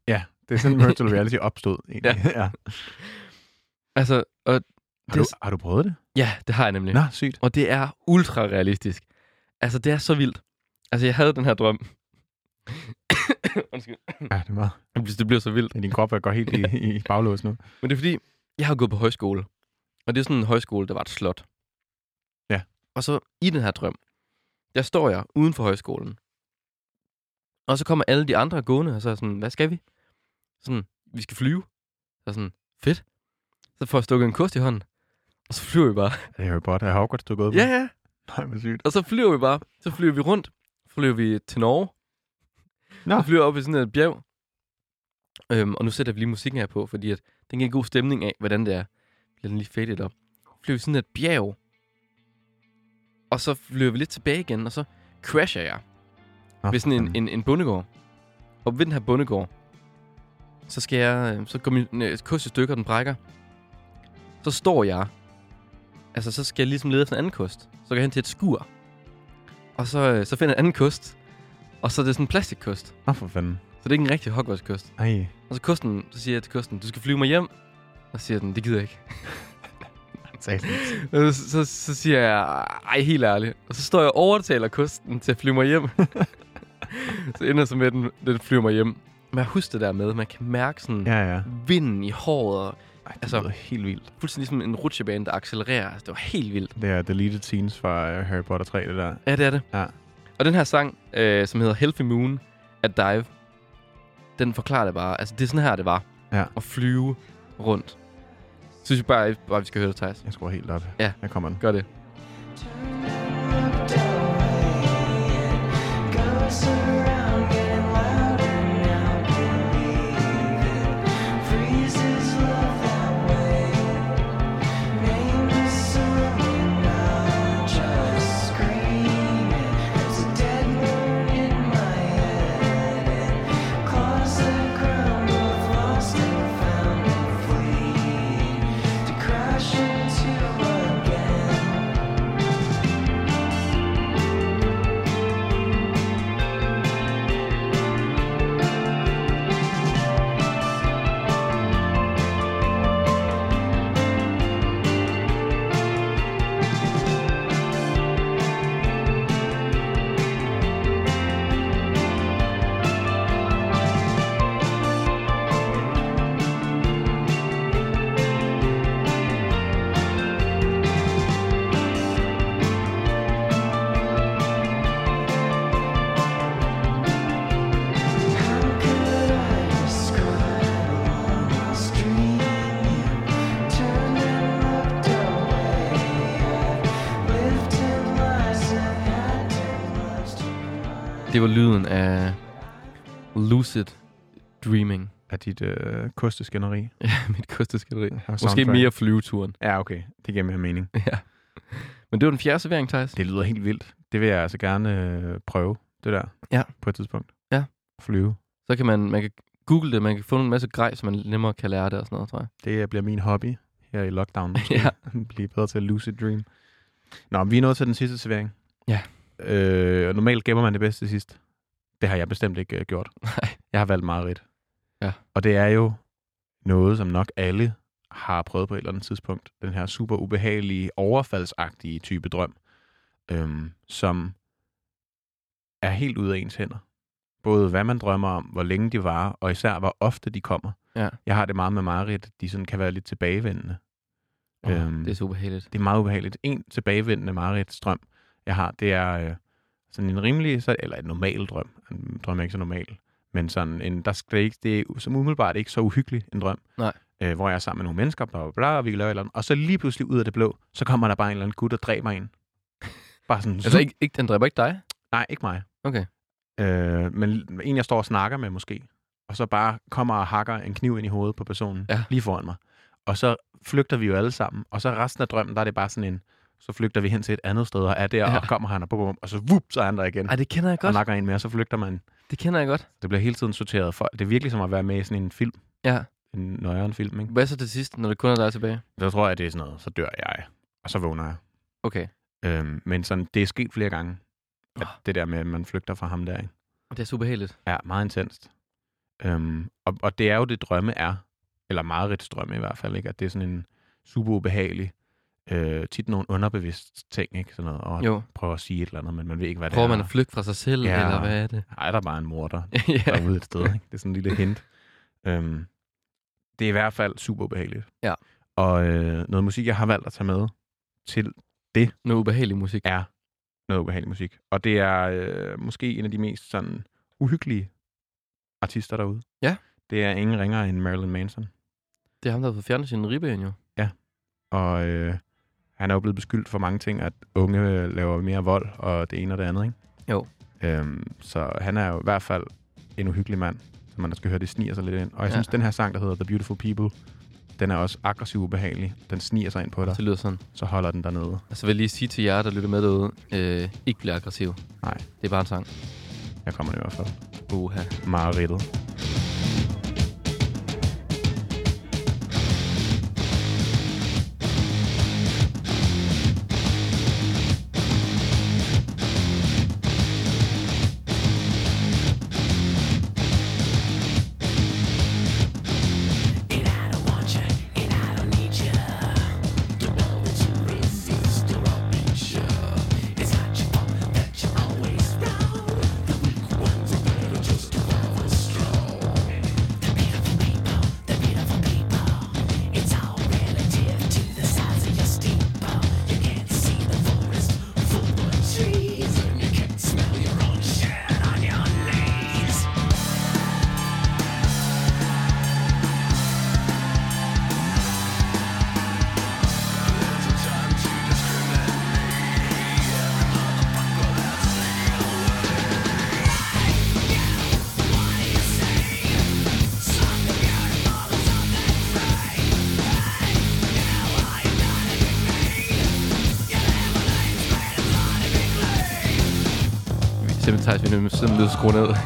Det er sådan, virtual reality opstod. Egentlig. Ja. ja. Altså, og Har, du, det, har du prøvet det? ja, det har jeg nemlig. Nå, sygt. Og det er ultra realistisk. Altså, det er så vildt. Altså, jeg havde den her drøm. Undskyld. Ja, det var. Hvis det bliver så vildt. Din krop går helt i, i baglås nu. Men det er fordi, jeg har gået på højskole. Og det er sådan en højskole, der var et slot. Ja. Og så i den her drøm, der står jeg uden for højskolen. Og så kommer alle de andre gående, og så er jeg sådan, hvad skal vi? Sådan, vi skal flyve. Så sådan, fedt. Så får jeg stukket en kost i hånden. Og så flyver vi bare. Det er Harry Potter. Er Hogwarts, du er gået på? Ja, ja. Nej, hvor sygt. Og så flyver vi bare. Så flyver vi rundt. Flyver vi til Norge. Nå. Så flyver op i sådan et bjerg. Øhm, og nu sætter vi lige musikken her på, fordi at den giver en god stemning af, hvordan det er. Bliver den lige fadet op. Flyver vi sådan et bjerg. Og så flyver vi lidt tilbage igen, og så crasher jeg. Nå, Ved sådan en, en, en bondegård. Og ved den her bondegård, så skal jeg, så går min øh, kost i stykker, den brækker. Så står jeg, altså så skal jeg ligesom lede efter en anden kost. Så går jeg hen til et skur. Og så, øh, så finder jeg en anden kost. Og så er det sådan en plastikkost. Nå, for fanden. Så det er ikke en rigtig Hogwarts-kost. Ej. Og så kosten, så siger jeg til kosten, du skal flyve mig hjem. Og så siger den, det gider jeg ikke. Og så, så, så siger jeg, ej, helt ærligt. Og så står jeg og overtaler kosten til at flyve mig hjem. Så ender så med, at den, den flyver mig hjem. Men jeg husker det der med, man kan mærke sådan Ja, ja. vinden i håret. Og Ej, det Altså- lyder helt vildt. fuldstændig som en rutsjebane, der accelererer. Altså, det var helt vildt. Det er deleted scenes fra uh, Harry Potter tre, det der. Ja, det er det. Ja. Og den her sang, øh, som hedder Healthy Moon at Dive, den forklarer det bare. Altså, det er sådan her, det var. Ja. At flyve rundt. Så synes jeg bare, bare vi skal høre det, Thijs. Jeg skruer helt op. Ja. Her kommer den. Gør det. Det var lyden af lucid dreaming. Af dit øh, kosteskænderi. Ja, mit kosteskænderi. Og Måske soundtrack. mere flyveturen. Ja, okay. Det giver mere mening. Ja. Men det var den fjerde servering, Thijs. Det lyder helt vildt. Det vil jeg altså gerne øh, prøve, det der. Ja. På et tidspunkt. Ja. Flyve. Så kan man, man kan google det, man kan få en masse grej, så man nemmere kan lære det og sådan noget, tror jeg. Det bliver min hobby her i lockdown. Ja. Blive bedre til at lucid dream. Nå, vi er nået til den sidste servering. Ja. Øh, og normalt gemmer man det bedste til sidst. Det har jeg bestemt ikke uh, gjort. Nej. Jeg har valgt mareridt. Ja. Og det er jo noget, som nok alle har prøvet på et eller andet tidspunkt. Den her super ubehagelige, overfaldsagtige type drøm, øhm, som er helt ude af ens hænder. Både hvad man drømmer om, hvor længe de varer, og især hvor ofte de kommer. Ja. Jeg har det meget med mareridt, de sådan kan være lidt tilbagevendende. Oh, Øhm, det er super heldigt. Det er meget ubehageligt. En tilbagevendende mareridtsdrøm, jeg har, det er øh, sådan en rimelig, så, eller en normal drøm. En drøm er ikke så normal. Men sådan en, der skal ikke, det er som umiddelbart ikke så uhyggeligt en drøm. Nej. Øh, hvor jeg er sammen med nogle mennesker, bla, bla, bla, og vi kan lave et eller andet. Og så lige pludselig ud af det blå, så kommer der bare en eller anden gut, der dræber en. Bare sådan. Altså, ikke, ikke, den dræber ikke dig? Nej, ikke mig. Okay. Øh, men en, jeg står og snakker med måske. Og så bare kommer og hakker en kniv ind i hovedet på personen. Ja. Lige foran mig. Og så flygter vi jo alle sammen. Og så resten af drømmen, der er det bare sådan en, så flygter vi hen til et andet sted, og er der, Ja. og kommer han og bum, bum, og så vup, så er han der igen. Ej, det kender jeg Og godt. nakker en mere, og så flygter man. Det kender jeg godt. Det bliver hele tiden sorteret for. Det er virkelig som at være med i sådan en film. Ja. En nøjeren film, ikke? Hvad så til sidst, når det kun er dig tilbage? Så tror jeg, det er sådan noget, så dør jeg, og så vågner jeg. Okay. Øhm, men sådan, det er sket flere gange, at Oh. det der med, at man flygter fra ham der, ikke? Og det er super heldigt. Ja, meget intenst. Øhm, og, og det er jo det, drømme er. Eller mareridtsdrømme i hvert fald, ikke? At det er sådan en super ubehagelig, øh, tit nogle underbevidst ting, ikke? Sådan noget, og Jo. prøver at sige et eller andet, men man ved ikke, hvad Prøver det er. man at flygte fra sig selv, Ja. eller hvad er det? Ej, der er bare en morder ja. derude et sted, ikke? Det er sådan en lille hint. Øhm, det er i hvert fald super ubehageligt. Ja. Og øh, noget musik, jeg har valgt at tage med til Noget ubehagelig musik. er noget ubehagelig musik. Og det er øh, måske en af de mest sådan uhyggelige artister derude. Ja. Det er ingen ringere end Marilyn Manson. Det er ham, der har fået fjernet sin ribben jo. Og øh, han er jo blevet beskyldt for mange ting, at unge laver mere vold, og det ene og det andet, ikke? Jo. Øhm, så han er jo i hvert fald en uhyggelig mand, så man skal høre, det sniger sig lidt ind. Og jeg Ja. synes, den her sang, der hedder The Beautiful People, den er også aggressiv ubehagelig. Den sniger sig ind på dig, Det lyder sådan. så holder den dernede. Altså vil jeg lige sige til jer, der lytter med derude, øh, ikke bliver aggressiv. Nej, Det er bare en sang. her kommer den i hvert fald. Uha. Mareridtet. Simpelthen, vi er simpelthen nødt til at skrue ned.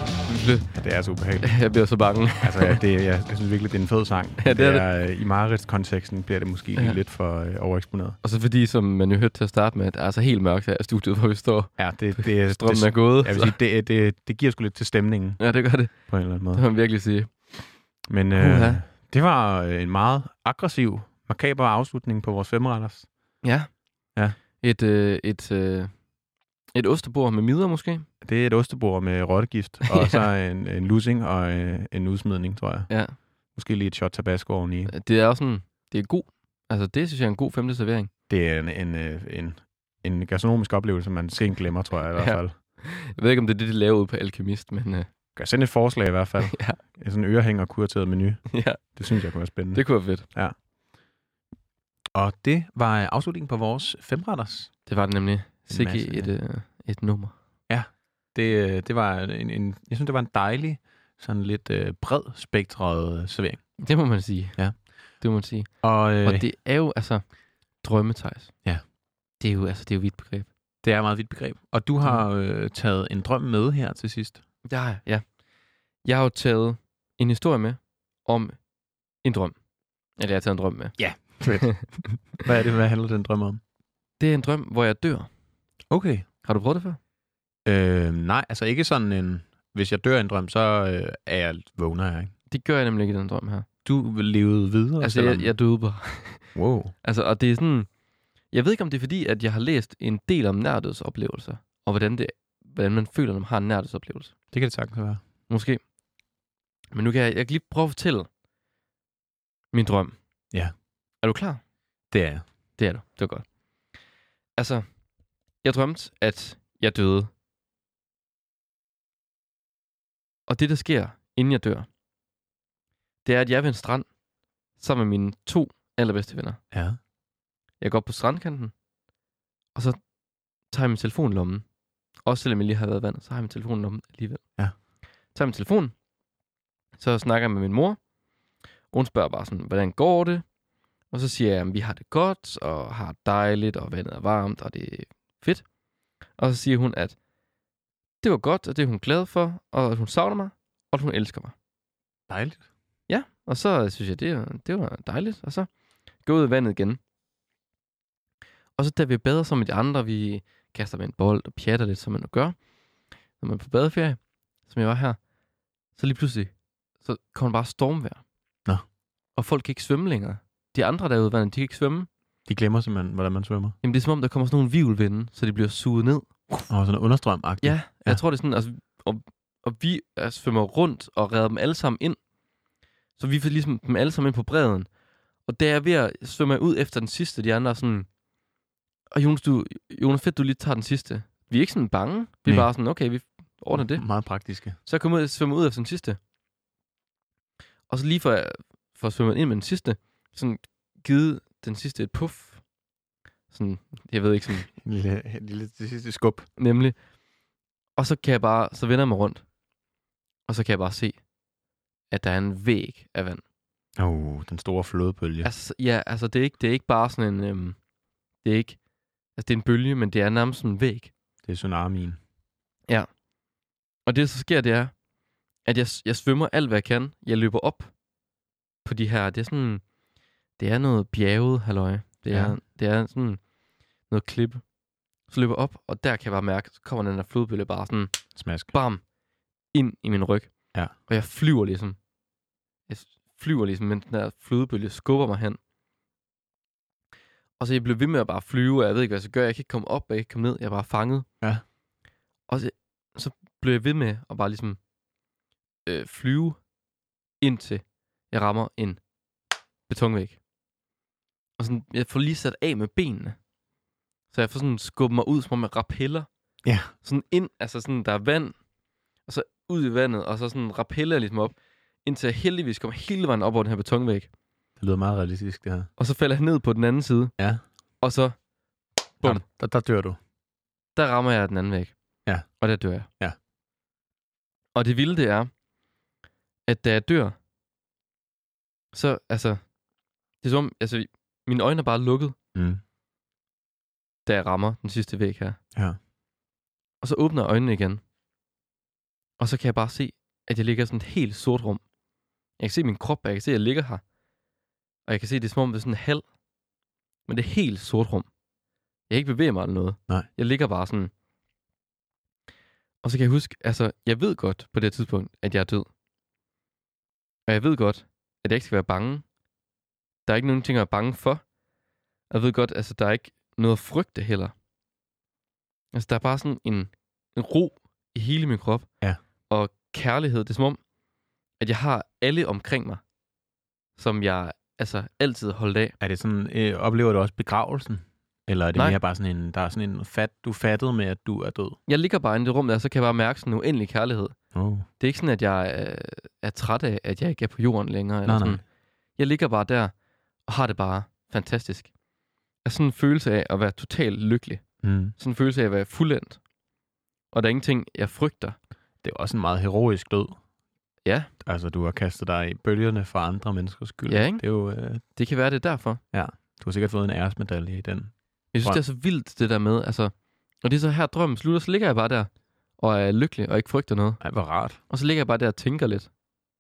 Ja, det er så ubehageligt. Jeg bliver så bange. Altså, ja, det, jeg, jeg synes virkelig, det er en fed sang. Ja, det er det. I mareridtskonteksten bliver det måske Ja. ja. lidt for øh, overeksponeret. Og så fordi, som man jo hørte til at starte med, at det er altså helt mørkt her i studiet, hvor vi står. Ja, det, det, det, Strømmen det, er gået. jeg vil sige, det, det, det giver sgu lidt til stemningen Ja, det gør det. på en eller anden måde. Det må man virkelig sige. Men Uha. øh, det var øh, en meget aggressiv, makaber afslutning på vores femretters. Ja. Ja. Et, øh, et, øh, et ostebord med midler måske. Det er et ostebord med rottegift, og så en, en lussing og øh, en udsmidning, tror jeg. Ja. Måske lige et shot tabasco oveni. Det er også sådan, det er god. Altså det synes jeg er en god femte servering. Det er en, en, øh, en, en gastronomisk oplevelse, man sent glemmer, tror jeg i hvert Ja. fald. Jeg ved ikke, om det er det, de laver ude på Alkemist, men øh, Gør sende et forslag i hvert fald. ja. Sådan en ørehænger-kurateret menu. ja, Det synes jeg kunne være spændende. det kunne være fedt. Og det var afslutningen på vores femretters. Det var det nemlig. Sikke masse, et, øh, et nummer. Det, det var en, en, jeg synes, det var en dejlig, sådan lidt øh, bred spektret servering. Det må man sige. Ja. Det må man sige. Og, øh, Og det er jo altså drømmetajs. Ja. Det er jo altså det er jo vidt begreb. det er et meget vidt begreb. Og du har øh, taget en drøm med her til sidst. Det har jeg, ja. Jeg har jo taget en historie med om en drøm. Eller jeg har taget en drøm med. Hvad er det, hvad handler den drøm om? Det er en drøm, hvor jeg dør. Okay. Har du prøvet det før? Øh, nej, altså ikke sådan en... Hvis jeg dør i en drøm, så øh, er jeg vågner jeg, ikke? Det gør jeg nemlig ikke i den drøm her. Du levede videre, Altså, selvom... jeg, jeg døde bare. Wow. Altså, og det er sådan... Jeg ved ikke, om det er fordi, at jeg har læst en del om nærdødsoplevelser, og hvordan, det, hvordan man føler, når man har en nærdødsoplevelse. Det kan det sagtens være. Måske. Men nu kan jeg, jeg kan lige prøve at fortælle min drøm. Ja. Er du klar? Det er jeg. Det er du. Det var godt. Altså, jeg drømte, at jeg døde. Og det, der sker, inden jeg dør, det er, at jeg er ved en strand, sammen med mine to allerbedste venner. Ja. Jeg går op på strandkanten, og så tager jeg min telefon i lommen. Også selvom jeg lige har været i vandet, så har jeg min telefon i lommen alligevel. Ja. Tager min telefon, så snakker jeg med min mor. Hun spørger bare sådan, hvordan går det? Og så siger jeg, at vi har det godt, og har det dejligt, og vandet er varmt, og det er fedt. Og så siger hun, at det var godt, og det er hun glad for, og at hun savner mig, og at hun elsker mig. Dejligt. Ja, og så synes jeg, det, var- det var dejligt. Og så går jeg ud i vandet igen. Og så da vi bader som med de andre, vi kaster med en bold og pjatter lidt, som man nu gør, når man er på badeferie, som jeg var her, så lige pludselig, så kommer bare stormvejr. Nå. Og folk kan ikke svømme længere. De andre derude i vandet, de kan ikke svømme. De glemmer simpelthen, hvordan man svømmer. Jamen det er som om, der kommer sådan nogle hvirvelvinde, så de bliver suget ned. Og sådan understrøm-agtigt. Ja, jeg tror det er sådan, altså, og, og vi altså, svømmer rundt og redder dem alle sammen ind. Så vi får ligesom dem alle sammen ind på bredden. Og der er ved at svømme ud efter den sidste, de andre er sådan, og Jonas, du, Jonas, fedt, du lige tager den sidste. Vi er ikke sådan bange. Vi er Nej. bare sådan, okay, vi ordner det. Meget praktiske. Så jeg kommer ud og svømmer ud efter den sidste. Og så lige for, for at svømme ind med den sidste, sådan givet den sidste et puff. Sådan, jeg ved ikke sådan, En lille, en lille det sidste skub. nemlig. Og så kan jeg bare, så vender jeg mig rundt. Og så kan jeg bare se, at der er en væg af vand. Åh, oh, den store flodbølge. Ja. Altså, ja, altså det er ikke, det er ikke bare sådan en, øhm, det er ikke, altså det er en bølge, men det er nærmest sådan en væg. Det er tsunamien. Og det, så sker, det er, at jeg, jeg svømmer alt, hvad jeg kan. Jeg løber op på de her, det er sådan, det er noget bjerget, halløj. Det er, Ja. det er sådan noget klippe. Så løber jeg op, og der kan jeg bare mærke, så kommer den der flodbølge bare sådan, Smask. bam, ind i min ryg. Ja. Og jeg flyver ligesom. Jeg flyver ligesom, men den der flodbølge skubber mig hen. Og så jeg blev ved med at bare flyve, og jeg ved ikke, hvad jeg skal gøre. Jeg kan ikke komme op, og jeg kan ikke komme ned. Jeg er bare fanget. Ja. Og så, så blev jeg ved med at bare ligesom øh, flyve, indtil jeg rammer en betonvæg. Og sådan, jeg får lige sat af med benene. Så jeg får sådan skubbet mig ud, som om jeg rappeller. Ja. Sådan ind, altså sådan, der er vand, og så ud i vandet, og så sådan rappeller jeg ligesom op, indtil jeg heldigvis kommer hele vejen op over den her betonvæg. Det lyder meget realistisk, det her. Og så falder jeg ned på den anden side, Ja. og så, bum, Der, der, der dør du. der rammer jeg den anden væg. Ja. Og der dør jeg. Ja. Og det vilde, det er, at da jeg dør, så, altså, det er som om, altså, mine øjne er bare lukket, Mm. da jeg rammer den sidste væg her. Ja. Og så åbner jeg øjnene igen. Og så kan jeg bare se, at jeg ligger i sådan et helt sort rum. Jeg kan se min krop, og jeg kan se, at jeg ligger her. Og jeg kan se, at det er som om, det er sådan en halv. Men det er helt sort rum. Jeg kan ikke bevæge mig eller noget. Nej. Jeg ligger bare sådan. Og så kan jeg huske, altså, jeg ved godt på det tidspunkt, at jeg er død. Og jeg ved godt, at jeg ikke skal være bange. Der er ikke nogen ting at være bange for. Jeg ved godt, altså, der er ikke noget at frygte heller. Altså, der er bare sådan en, en ro i hele min krop. Ja. Og kærlighed. Det er som om, at jeg har alle omkring mig, som jeg altså altid holdt af. Er det sådan, øh, oplever du også begravelsen? Eller er det Nej. mere bare sådan en, der er sådan en fat, du fattede med, at du er død? Jeg ligger bare inde i det rum der, så kan jeg bare mærke sådan en uendelig kærlighed. Oh. Det er ikke sådan, at jeg øh, er træt af, at jeg ikke er på jorden længere. Eller Nej, sådan. nej. Jeg ligger bare der, og har det bare fantastisk. Jeg har sådan en følelse af at være totalt lykkelig. Mm. Sådan en følelse af at være fuldendt. Og der er ingenting, jeg frygter. Det er også en meget heroisk død. Ja, Altså, du har kastet dig i bølgerne for andre menneskers skyld. Ja, ikke? Det er jo, øh, det kan være, det er derfor. du har sikkert fået en æresmedalje i den. Jeg synes, Drøm. det er så vildt, det der med, altså, og det er så her drømmen slutter, så ligger jeg bare der, og er lykkelig, og ikke frygter noget. Ej, hvor rart. Og så ligger jeg bare der og tænker lidt.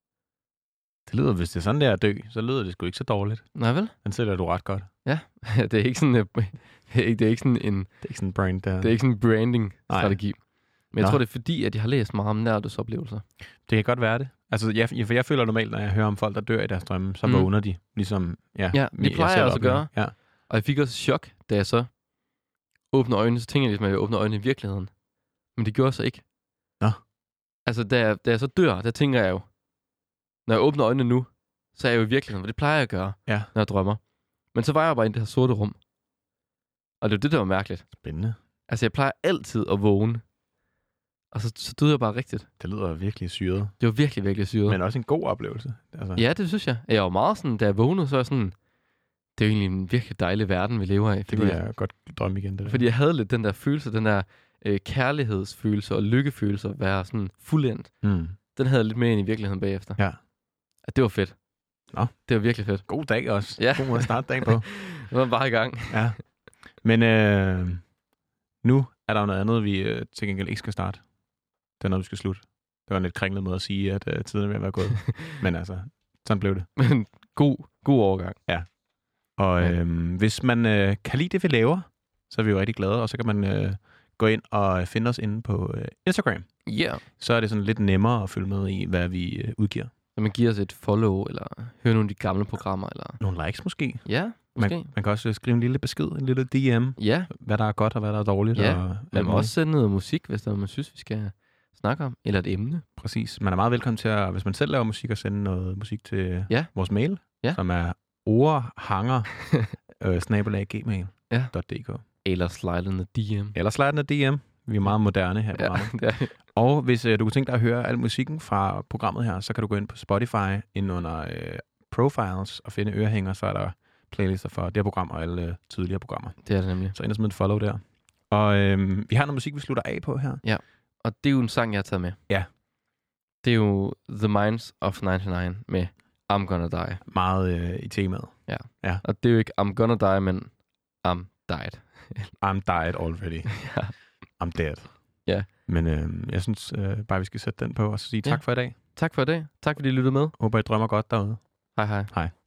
Det lyder, hvis det er sådan der at dø, så lyder det sgu ikke så dårligt. Nej vel? Den sætter du ret godt. det er ikke sådan, øh, det er ikke, det er ikke sådan en, Det er ikke sådan en brand der. det er ikke sådan en branding-strategi. Men jeg Nå. tror, det er fordi, at jeg har læst meget om nærdødsoplevelser. Det kan godt være det. Altså, jeg, for jeg føler normalt, når jeg hører om folk, der dør i deres drømme, så Mm. vågner de. Ligesom, ja, Ja, det jeg plejer selv jeg også at oplever. gøre. Ja. Og jeg fik også chok, da jeg så åbner øjnene, så tænker jeg ligesom, at jeg åbner øjnene i virkeligheden. Men det gjorde jeg så ikke. Nå. Altså, da jeg, da jeg så dør, der tænker jeg jo, når jeg åbner øjnene nu, så er jeg jo i virkeligheden, for det plejer jeg at gøre, Ja. når jeg drømmer. Men så var jeg bare i det her sorte rum. Og det var det, der var mærkeligt. Spændende. Altså, jeg plejer altid at vågne. Og så, så døde jeg bare rigtigt. Det lyder virkelig syret. Det var virkelig, virkelig syret. Men også en god oplevelse. Altså, Ja, det synes jeg. Jeg var meget sådan, da jeg vågnede, så var jeg sådan, det er jo egentlig en virkelig dejlig verden, vi lever i. det Fordi, kunne jeg, jeg godt drømme igen. Det der. fordi jeg havde lidt den der følelse, den der øh, kærlighedsfølelse og lykkefølelse at være sådan fuldendt. Mm. Den havde jeg lidt mere ind i virkeligheden bagefter. Ja. At det var fedt. Nå. Det var virkelig fedt. God dag også. Ja. God måde at starte dagen på. Det var bare i gang. Ja. Men øh, nu er der jo noget andet, vi øh, til gengæld ikke skal starte. Det er noget, vi skal slutte. Det var en lidt kringlet måde at sige, at øh, tiden er ved at være gået. Men altså, sådan blev det. Men god, god overgang. Og øh, hvis man øh, kan lide det, vi laver, så er vi jo rigtig glade. Og så kan man øh, gå ind og finde os inde på øh, Instagram. Ja. Yeah. Så er det sådan lidt nemmere at følge med i, hvad vi øh, udgiver. Så man giver os et follow, eller hører nogle af de gamle programmer, eller... Nogle likes måske. Ja, måske. Man, man kan også skrive en lille besked, en lille D M, Ja, hvad der er godt og hvad der er dårligt. Ja, og, man må også sende noget musik, hvis der er, man synes, vi skal snakke om, eller et emne. Præcis. Man er meget velkommen til at, hvis man selv laver musik, at sende noget musik til Ja. vores mail, Ja. som er ordhanger øh, snabel-a gmail punktum d k. Eller slide in the D M. Eller slide en D M. Vi er meget moderne her. Ja, Ja. det er det. Og hvis øh, du kunne tænke dig at høre al musikken fra programmet her, så kan du gå ind på Spotify, ind under øh, Profiles og finde Ørehænger, så er der playlister for det her program og alle øh, tidligere programmer. Det er det nemlig. Så ind og smid et follow der. Og øh, vi har noget musik, vi slutter af på her. Og det er jo en sang, jeg har taget med. Ja. Det er jo The Minds of nioghalvfems med I'm Gonna Die. Meget øh, i temaet. Og det er jo ikke I'm Gonna Die, men I'm Died. I'm died already. Ja. I'm dead. Ja. Men øh, jeg synes øh, bare, vi skal sætte den på og så sige Ja. tak for i dag. Tak for i dag. Tak fordi I lyttede med. Håber, I drømmer godt derude. Hej hej. Hej.